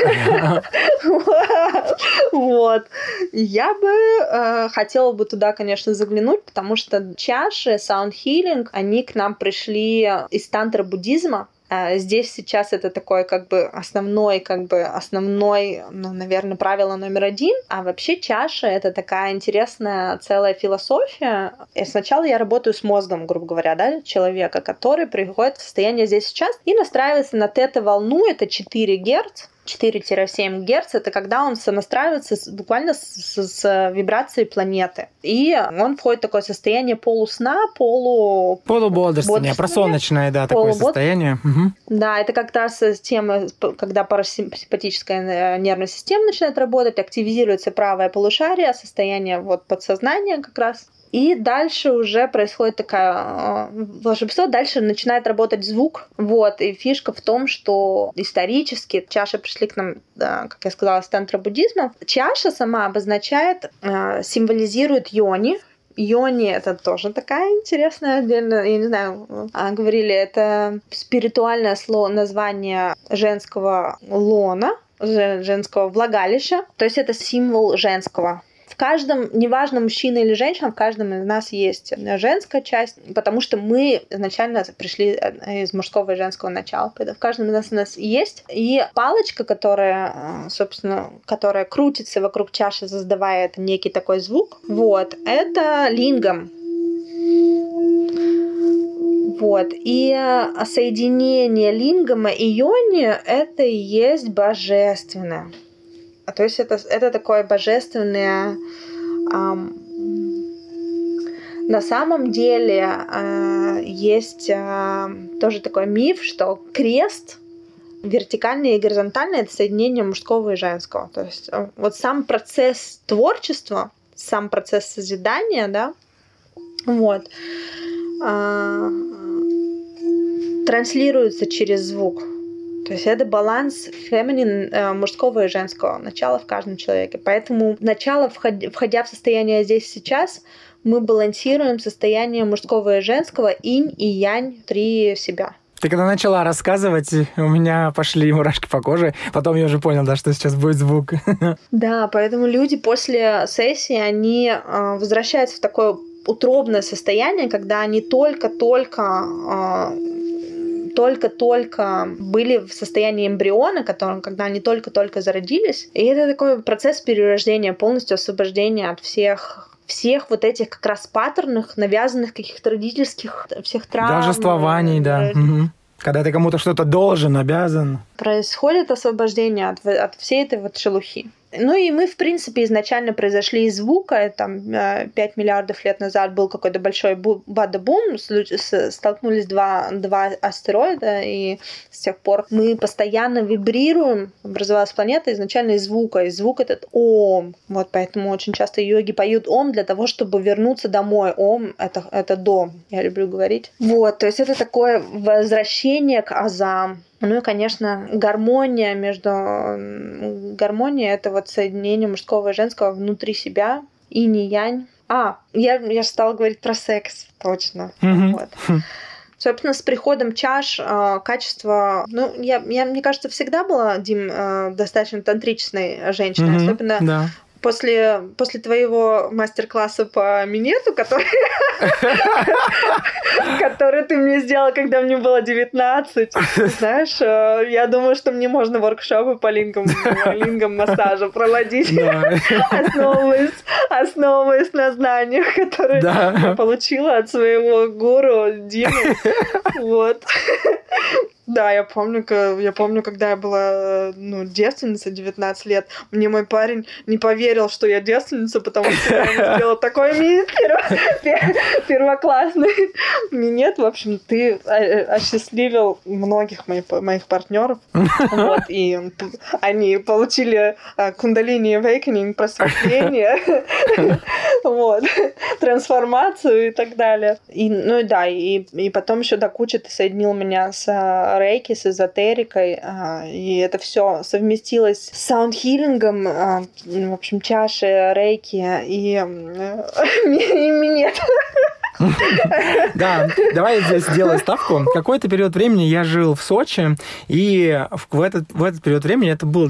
Вот. Я бы хотела бы туда, конечно, заглянуть, потому что чаши, Sound Healing, они к нам пришли из тантра-буддизма. Здесь сейчас это такое основной, ну, наверное, правило номер 1. А вообще чаша — это такая интересная целая философия. И сначала я работаю с мозгом, грубо говоря, да, человека, который приходит в состояние здесь сейчас и настраивается на тета-волну, это 4 Гц. 4-7 Гц — это когда он сонастраивается буквально с вибрацией планеты. И он входит в такое состояние полусна, полубодрствование, просоночное, да, такое состояние. Угу. Да, это как раз тема, когда парасимпатическая нервная система начинает работать, активизируется правое полушарие, состояние вот подсознания как раз. И дальше уже происходит такое волшебство, дальше начинает работать звук. Вот. И фишка в том, что исторически чаши пришли к нам, да, как я сказала, с тантра-буддизма. Чаша сама обозначает, символизирует йони. Йони — это тоже такая интересная отдельно, я не знаю, говорили, это спиритуальное название женского лона, женского влагалища. То есть это символ женского. В каждом, неважно, мужчина или женщина, в каждом из нас есть женская часть, потому что мы изначально пришли из мужского и женского начала. В каждом из нас есть. И палочка, которая, собственно, которая крутится вокруг чаши, создавая некий такой звук, вот, это лингам. Вот. И соединение лингама и йони — это и есть божественное. То есть это такое божественное... На самом деле есть тоже такой миф, что крест вертикальный и горизонтальный — это соединение мужского и женского. То есть вот сам процесс творчества, сам процесс созидания, да, вот, транслируется через звук. То есть это баланс мужского и женского начала в каждом человеке. Поэтому начало, входя в состояние здесь сейчас, мы балансируем состояние мужского и женского, инь и янь, внутри себя. Ты когда начала рассказывать, у меня пошли мурашки по коже. Потом я уже понял, да, что сейчас будет звук. Да, поэтому люди после сессии, они возвращаются в такое утробное состояние, когда они только-только были в состоянии эмбриона, когда они только-только зародились. И это такой процесс перерождения, полностью освобождения от всех вот этих как раз паттернов, навязанных каких-то родительских, всех травм. Должествований, да. Угу. Когда ты кому-то что-то должен, обязан. Происходит освобождение от всей этой вот шелухи. Ну и мы, в принципе, изначально произошли из звука. Там 5 миллиардов лет назад был какой-то большой бада-бум, столкнулись два астероида, и с тех пор мы постоянно вибрируем. Образовалась планета изначально из звука. И звук этот ом. Вот поэтому очень часто йоги поют ом для того, чтобы вернуться домой. Ом — это дом, я люблю говорить. Вот, то есть это такое возвращение к азам. Ну и, конечно, гармония это вот соединение мужского и женского внутри себя, инь и янь. Я стала говорить про секс, точно. Mm-hmm. Вот. Собственно, с приходом чаш качество... Ну, мне кажется, всегда была, Дим, достаточно тантричной женщиной, особенно... Да. После твоего мастер-класса по минету, который ты мне сделал, когда мне было 19, знаешь, я думаю, что мне можно воркшопы по лингам-массажу проводить, основываясь на знаниях, которые я получила от своего гуру Димы. Вот. Да, я помню, когда я была, девственницей, 19 лет, мне мой парень не поверил, что я девственница, потому что я ему сделала такой минет первоклассный минет. В общем, ты осчастливил многих моих партнеров, вот, и они получили кундалини awakening, просветление, вот, трансформацию и так далее. И потом еще до кучи ты соединил меня с рейки, с эзотерикой, и это все совместилось с саунд-хиллингом, в общем, чаши, рейки и минет. Да, давай я здесь сделаю ставку. Какой-то период времени я жил в Сочи, и в этот период времени, это был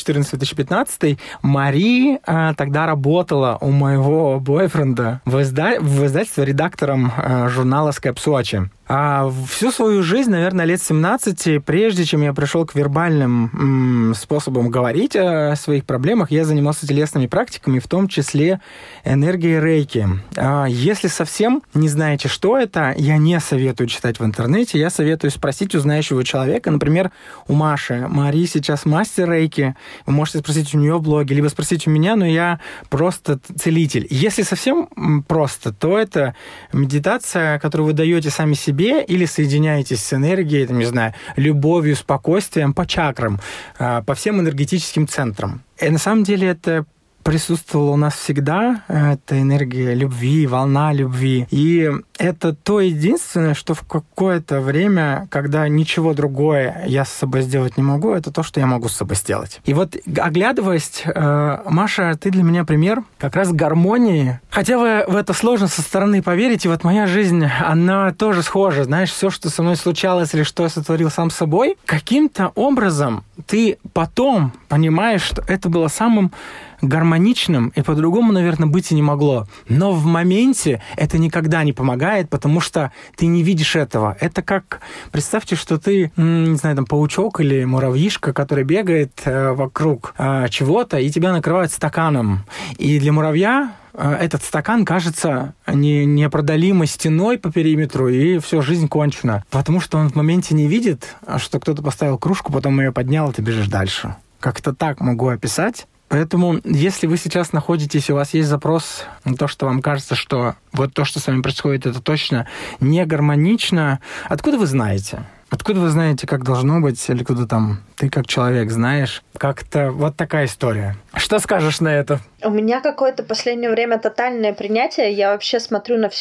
2014-2015, Мари тогда работала у моего бойфренда в издательстве редактором журнала «Скэп Сочи». А всю свою жизнь, наверное, лет 17, прежде чем я пришел к вербальным способам говорить о своих проблемах, я занимался телесными практиками, в том числе энергией рейки. Если совсем не знаете, что это, я не советую читать в интернете, я советую спросить у знающего человека, например, у Маши. Мари сейчас мастер рейки, вы можете спросить у нее в блоге, либо спросить у меня, но я просто целитель. Если совсем просто, то это медитация, которую вы даете сами себе, или соединяетесь с энергией, не знаю, любовью, спокойствием по чакрам, по всем энергетическим центрам. И на самом деле это присутствовала у нас всегда, это энергия любви, волна любви. И это то единственное, что в какое-то время, когда ничего другое я с собой сделать не могу, это то, что я могу с собой сделать. И вот, оглядываясь, Маша, ты для меня пример как раз гармонии. Хотя в это сложно со стороны поверить, и вот моя жизнь, она тоже схожа. Знаешь, все, что со мной случалось или что я сотворил сам собой, каким-то образом ты потом понимаешь, что это было самым гармоничным, и по-другому, наверное, быть и не могло. Но в моменте это никогда не помогает, потому что ты не видишь этого. Это как, представьте, что ты, не знаю, там, паучок или муравьишка, который бегает вокруг чего-то, и тебя накрывают стаканом. И для муравья этот стакан кажется непродолимой стеной по периметру, и все, жизнь кончена. Потому что он в моменте не видит, что кто-то поставил кружку, потом ее поднял, и ты бежишь дальше. Как-то так могу описать. Поэтому, если вы сейчас находитесь, у вас есть запрос на то, что вам кажется, что вот то, что с вами происходит, это точно не гармонично, откуда вы знаете? Откуда вы знаете, как должно быть, или куда там ты как человек знаешь? Как-то вот такая история. Что скажешь на это? У меня какое-то последнее время тотальное принятие. Я вообще смотрю на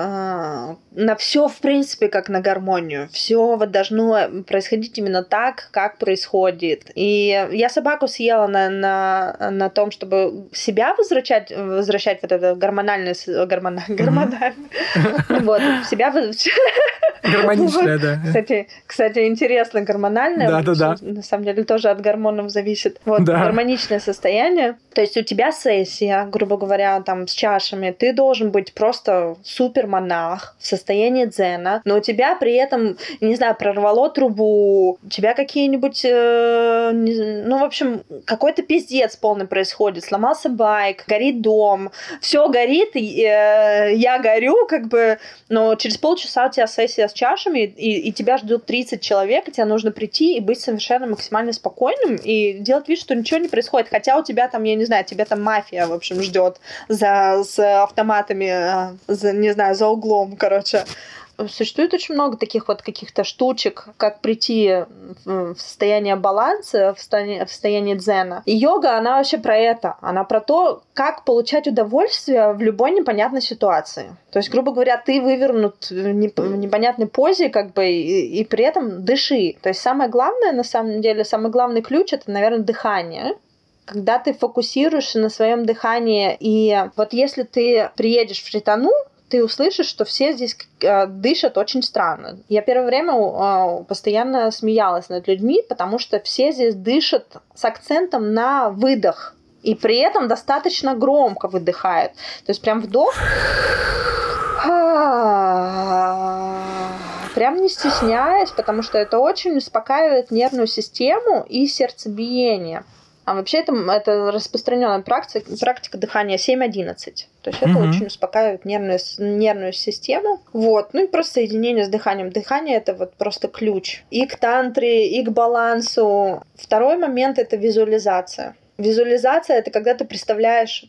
все, в принципе, как на гармонию. Все вот должно происходить именно так, как происходит. И я собаку съела на том, чтобы себя возвращать вот это гормональное. Вот, себя... Гармоничное, да. Кстати, интересно, гормональное. Да. На самом деле тоже от гормонов зависит. Вот, гармоничное состояние. То есть у тебя сессия, грубо говоря, там с чашами. Ты должен быть просто супермонах в состоянии дзена, но у тебя при этом, не знаю, прорвало трубу, у тебя какие-нибудь, в общем, какой-то пиздец полный происходит. Сломался байк, горит дом, все горит, я горю, как бы, но через полчаса у тебя сессия с чашами, и тебя ждут 30 человек, и тебе нужно прийти и быть совершенно максимально спокойным и делать вид, что ничего не происходит. Хотя у тебя там, я не знаю, тебя там мафия, в общем, ждет с автоматами, за углом, короче. Существует очень много таких вот каких-то штучек, как прийти в состояние баланса, в состояние дзена. И йога, она вообще про это. Она про то, как получать удовольствие в любой непонятной ситуации. То есть, грубо говоря, ты вывернут в непонятной позе, как бы, и при этом дыши. То есть самое главное, на самом деле, самый главный ключ — это, наверное, дыхание. Когда ты фокусируешься на своем дыхании, и вот если ты приедешь в Ритану, ты услышишь, что все здесь дышат очень странно. Я первое время постоянно смеялась над людьми, потому что все здесь дышат с акцентом на выдох. И при этом достаточно громко выдыхают. То есть прям вдох. Прям не стесняясь, потому что это очень успокаивает нервную систему и сердцебиение. А вообще это распространенная практика дыхания 7-11. То есть это очень успокаивает нервную систему. Вот. Ну и просто соединение с дыханием. Дыхание — это вот просто ключ и к тантре, и к балансу. Второй момент — это визуализация. Визуализация — это когда ты представляешь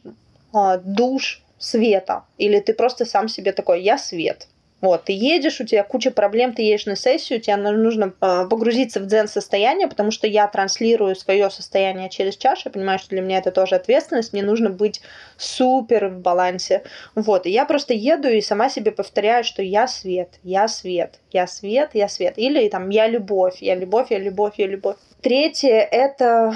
душ света. Или ты просто сам себе такой: «Я свет». Вот, ты едешь, у тебя куча проблем, ты едешь на сессию, тебе нужно погрузиться в дзен-состояние, потому что я транслирую свое состояние через чашу, я понимаю, что для меня это тоже ответственность, мне нужно быть супер в балансе. Вот, и я просто еду и сама себе повторяю, что я свет, я свет, я свет, я свет. Или там я любовь, я любовь, я любовь, я любовь. Третье — это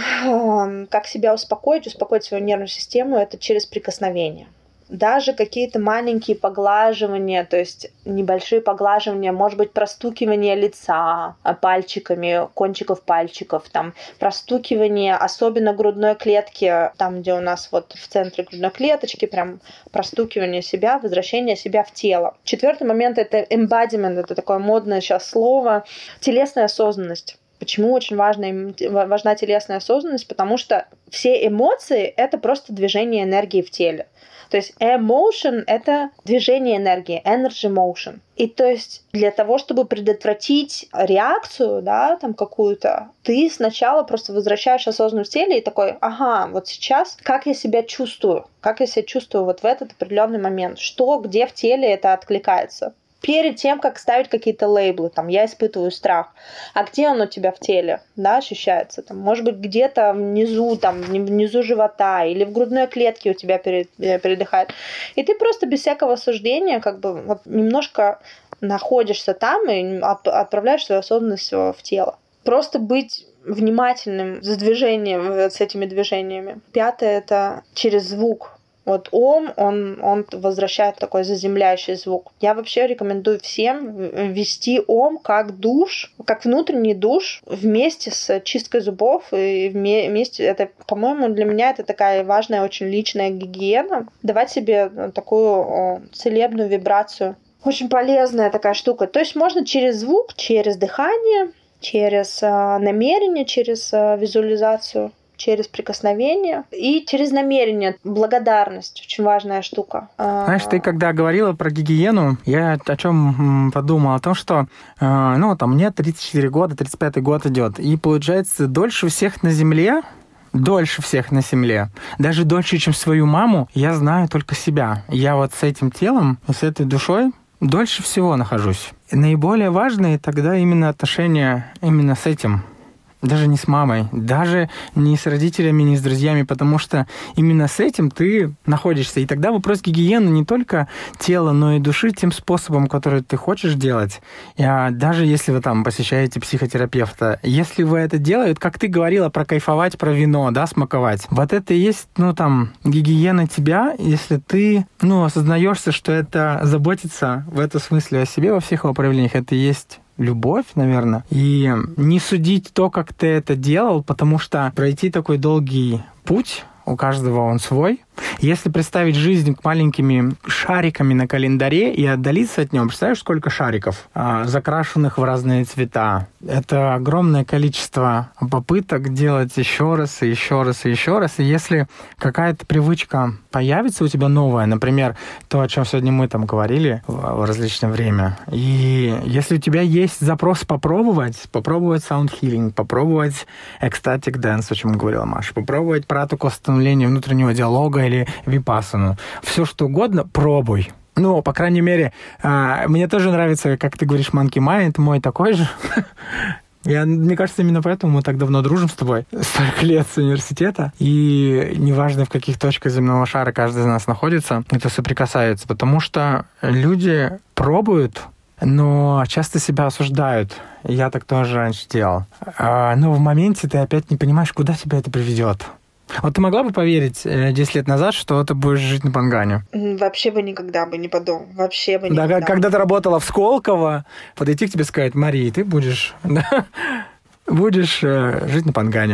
как себя успокоить свою нервную систему, это через прикосновение. Даже какие-то маленькие поглаживания, то есть небольшие поглаживания, может быть, простукивание лица пальчиками, кончиков пальчиков, там, простукивание, особенно грудной клетки, там, где у нас вот в центре грудной клеточки, прям простукивание себя, возвращение себя в тело. Четвертый момент — это embodiment, это такое модное сейчас слово, телесная осознанность. Почему очень важна телесная осознанность? Потому что все эмоции — это просто движение энергии в теле. То есть emotion — это движение энергии, energy motion. И то есть для того, чтобы предотвратить реакцию, да, там какую-то, ты сначала просто возвращаешь осознанность в теле и такой: ага, вот сейчас как я себя чувствую вот в этот определенный момент, что, где в теле это откликается. Перед тем, как ставить какие-то лейблы, там, я испытываю страх, а где он у тебя в теле, да, ощущается? Там, может быть, где-то внизу, там, внизу живота или в грудной клетке у тебя передыхает. И ты просто без всякого осуждения как бы вот немножко находишься там и отправляешь свою осознанность в тело. Просто быть внимательным с этими движениями. Пятое — это через звук. Вот ом, он возвращает такой заземляющий звук. Я вообще рекомендую всем ввести ом как душ, как внутренний душ вместе с чисткой зубов. И вместе, это, по-моему, для меня это такая важная, очень личная гигиена. Давать себе такую целебную вибрацию. Очень полезная такая штука. То есть можно через звук, через дыхание, через намерение, через визуализацию, через прикосновение и через намерение. Благодарность — очень важная штука. Знаешь, ты когда говорила про гигиену, я о чем подумал? О том, что мне 34 года, 35 год идет. И получается, дольше всех на Земле, даже дольше, чем свою маму, я знаю только себя. Я вот с этим телом, с этой душой дольше всего нахожусь. И наиболее важные тогда именно отношения именно с этим. Даже не с мамой, даже не с родителями, не с друзьями, потому что именно с этим ты находишься. И тогда вопрос гигиены не только тела, но и души тем способом, который ты хочешь делать. Даже если вы там посещаете психотерапевта, если вы это делаете, как ты говорила про кайфовать, про вино, да, смаковать, вот это и есть, гигиена тебя, если ты, осознаешься, что это заботиться в этом смысле о себе во всех его проявлениях, это и есть любовь, наверное, и не судить то, как ты это делал, потому что пройти такой долгий путь, у каждого он свой. Если представить жизнь маленькими шариками на календаре и отдалиться от него, представляешь, сколько шариков, закрашенных в разные цвета? Это огромное количество попыток делать еще раз, и еще раз, и еще раз. И если какая-то привычка появится у тебя новая, например, то, о чем сегодня мы там говорили в различное время, и если у тебя есть запрос попробовать sound healing, попробовать ecstatic dance, о чем говорила Маша, попробовать практику восстановления внутреннего диалога или випассану. Все что угодно, пробуй. По крайней мере, мне тоже нравится, как ты говоришь, monkey mind, мой такой же. Мне кажется, именно поэтому мы так давно дружим с тобой, столько лет с университета. И неважно, в каких точках земного шара каждый из нас находится, это соприкасается, потому что люди пробуют, но часто себя осуждают. Я так тоже раньше делал. Но в моменте ты опять не понимаешь, куда тебя это приведет. Вот ты могла бы поверить 10 лет назад, что ты будешь жить на Пангане? Вообще бы никогда бы не подумал. Вообще бы никогда. Да, когда ты работала в Сколково, подойти к тебе и сказать: Мария, ты будешь жить на Пангане.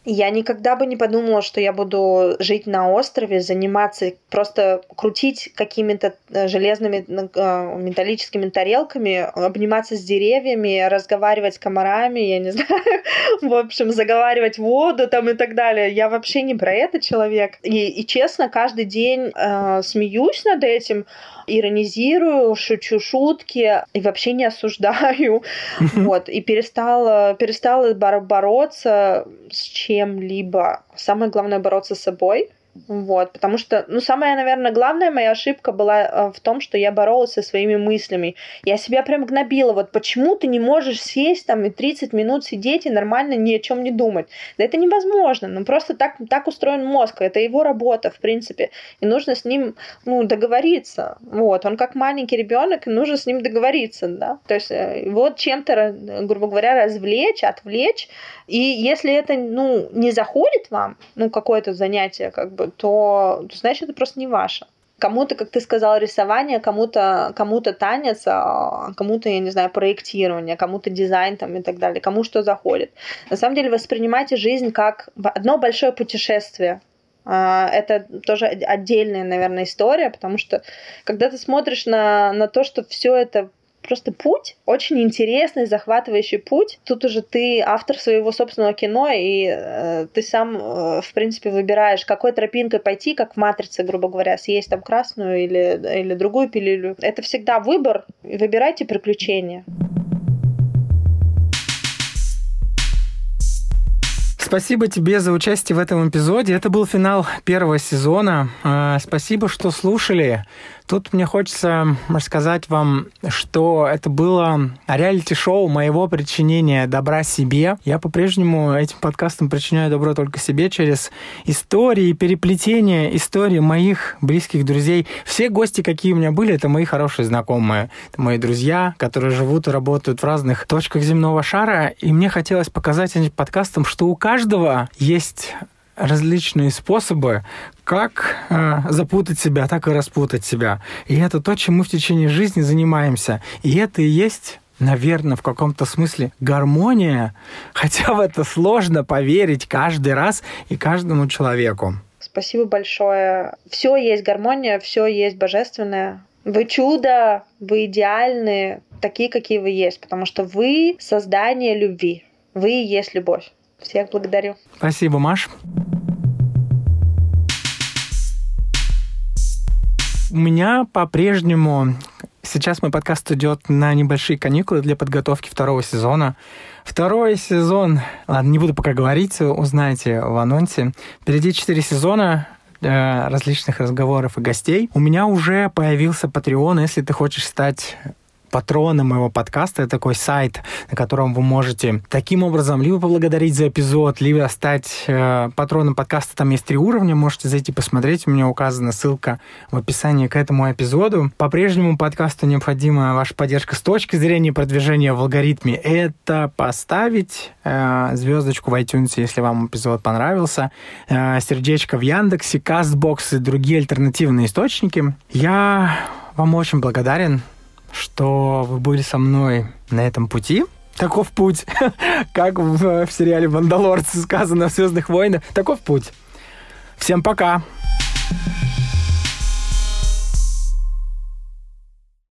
Я никогда бы не подумала, что я буду жить на острове, заниматься, просто крутить какими-то железными металлическими тарелками, обниматься с деревьями, разговаривать с комарами, я не знаю, в общем, заговаривать воду там и так далее. Я вообще не про это человек. И честно, каждый день смеюсь над этим, иронизирую, шучу шутки и вообще не осуждаю. Вот. И перестала бороться с чем-либо. Самое главное — бороться с собой. Вот, потому что, самая, наверное, главная моя ошибка была в том, что я боролась со своими мыслями. Я себя прям гнобила. Вот почему ты не можешь сесть там и 30 минут сидеть и нормально ни о чем не думать? Да это невозможно. Просто так устроен мозг. Это его работа, в принципе. И нужно с ним, договориться. Вот, он как маленький ребенок, и нужно с ним договориться, да. То есть вот чем-то, грубо говоря, развлечь, отвлечь. И если это, не заходит вам, какое-то занятие, то значит, это просто не ваше. Кому-то, как ты сказала, рисование, кому-то танец, кому-то, я не знаю, проектирование, кому-то дизайн там и так далее, кому что заходит. На самом деле воспринимайте жизнь как одно большое путешествие. Это тоже отдельная, наверное, история, потому что когда ты смотришь на то, что все это просто путь, очень интересный, захватывающий путь. Тут уже ты автор своего собственного кино, и ты сам, в принципе, выбираешь, какой тропинкой пойти, как в «Матрице», грубо говоря, съесть там красную или другую пилюлю. Это всегда выбор. Выбирайте приключения. Спасибо тебе за участие в этом эпизоде. Это был финал первого сезона. Спасибо, что слушали. Тут мне хочется рассказать вам, что это было реалити-шоу моего причинения добра себе. Я по-прежнему этим подкастом причиняю добро только себе через истории, переплетения историй моих близких друзей. Все гости, какие у меня были, это мои хорошие знакомые. Это мои друзья, которые живут и работают в разных точках земного шара. И мне хотелось показать этим подкастом, что у каждого есть различные способы, как запутать себя, так и распутать себя. И это то, чем мы в течение жизни занимаемся. И это и есть, наверное, в каком-то смысле гармония, хотя в это сложно поверить каждый раз и каждому человеку. Спасибо большое. Все есть гармония, все есть божественное. Вы чудо, вы идеальны, такие, какие вы есть, потому что вы создание любви. Вы и есть любовь. Всех благодарю. Спасибо, Маш. У меня по-прежнему... Сейчас мой подкаст идет на небольшие каникулы для подготовки второго сезона. Второй сезон... Ладно, не буду пока говорить, узнаете в анонсе. Впереди 4 сезона различных разговоров и гостей. У меня уже появился Patreon, если ты хочешь стать патроном моего подкаста. Это такой сайт, на котором вы можете таким образом либо поблагодарить за эпизод, либо стать патроном подкаста. Там есть 3 уровня, можете зайти посмотреть. У меня указана ссылка в описании к этому эпизоду. По-прежнему подкасту необходима ваша поддержка с точки зрения продвижения в алгоритме. Это поставить звездочку в iTunes, если вам эпизод понравился, сердечко в Яндексе, Castbox и другие альтернативные источники. Я вам очень благодарен, что вы были со мной на этом пути. Таков путь, как в сериале «Мандалорцы» сказано в «Звездных войнах». Таков путь. Всем пока!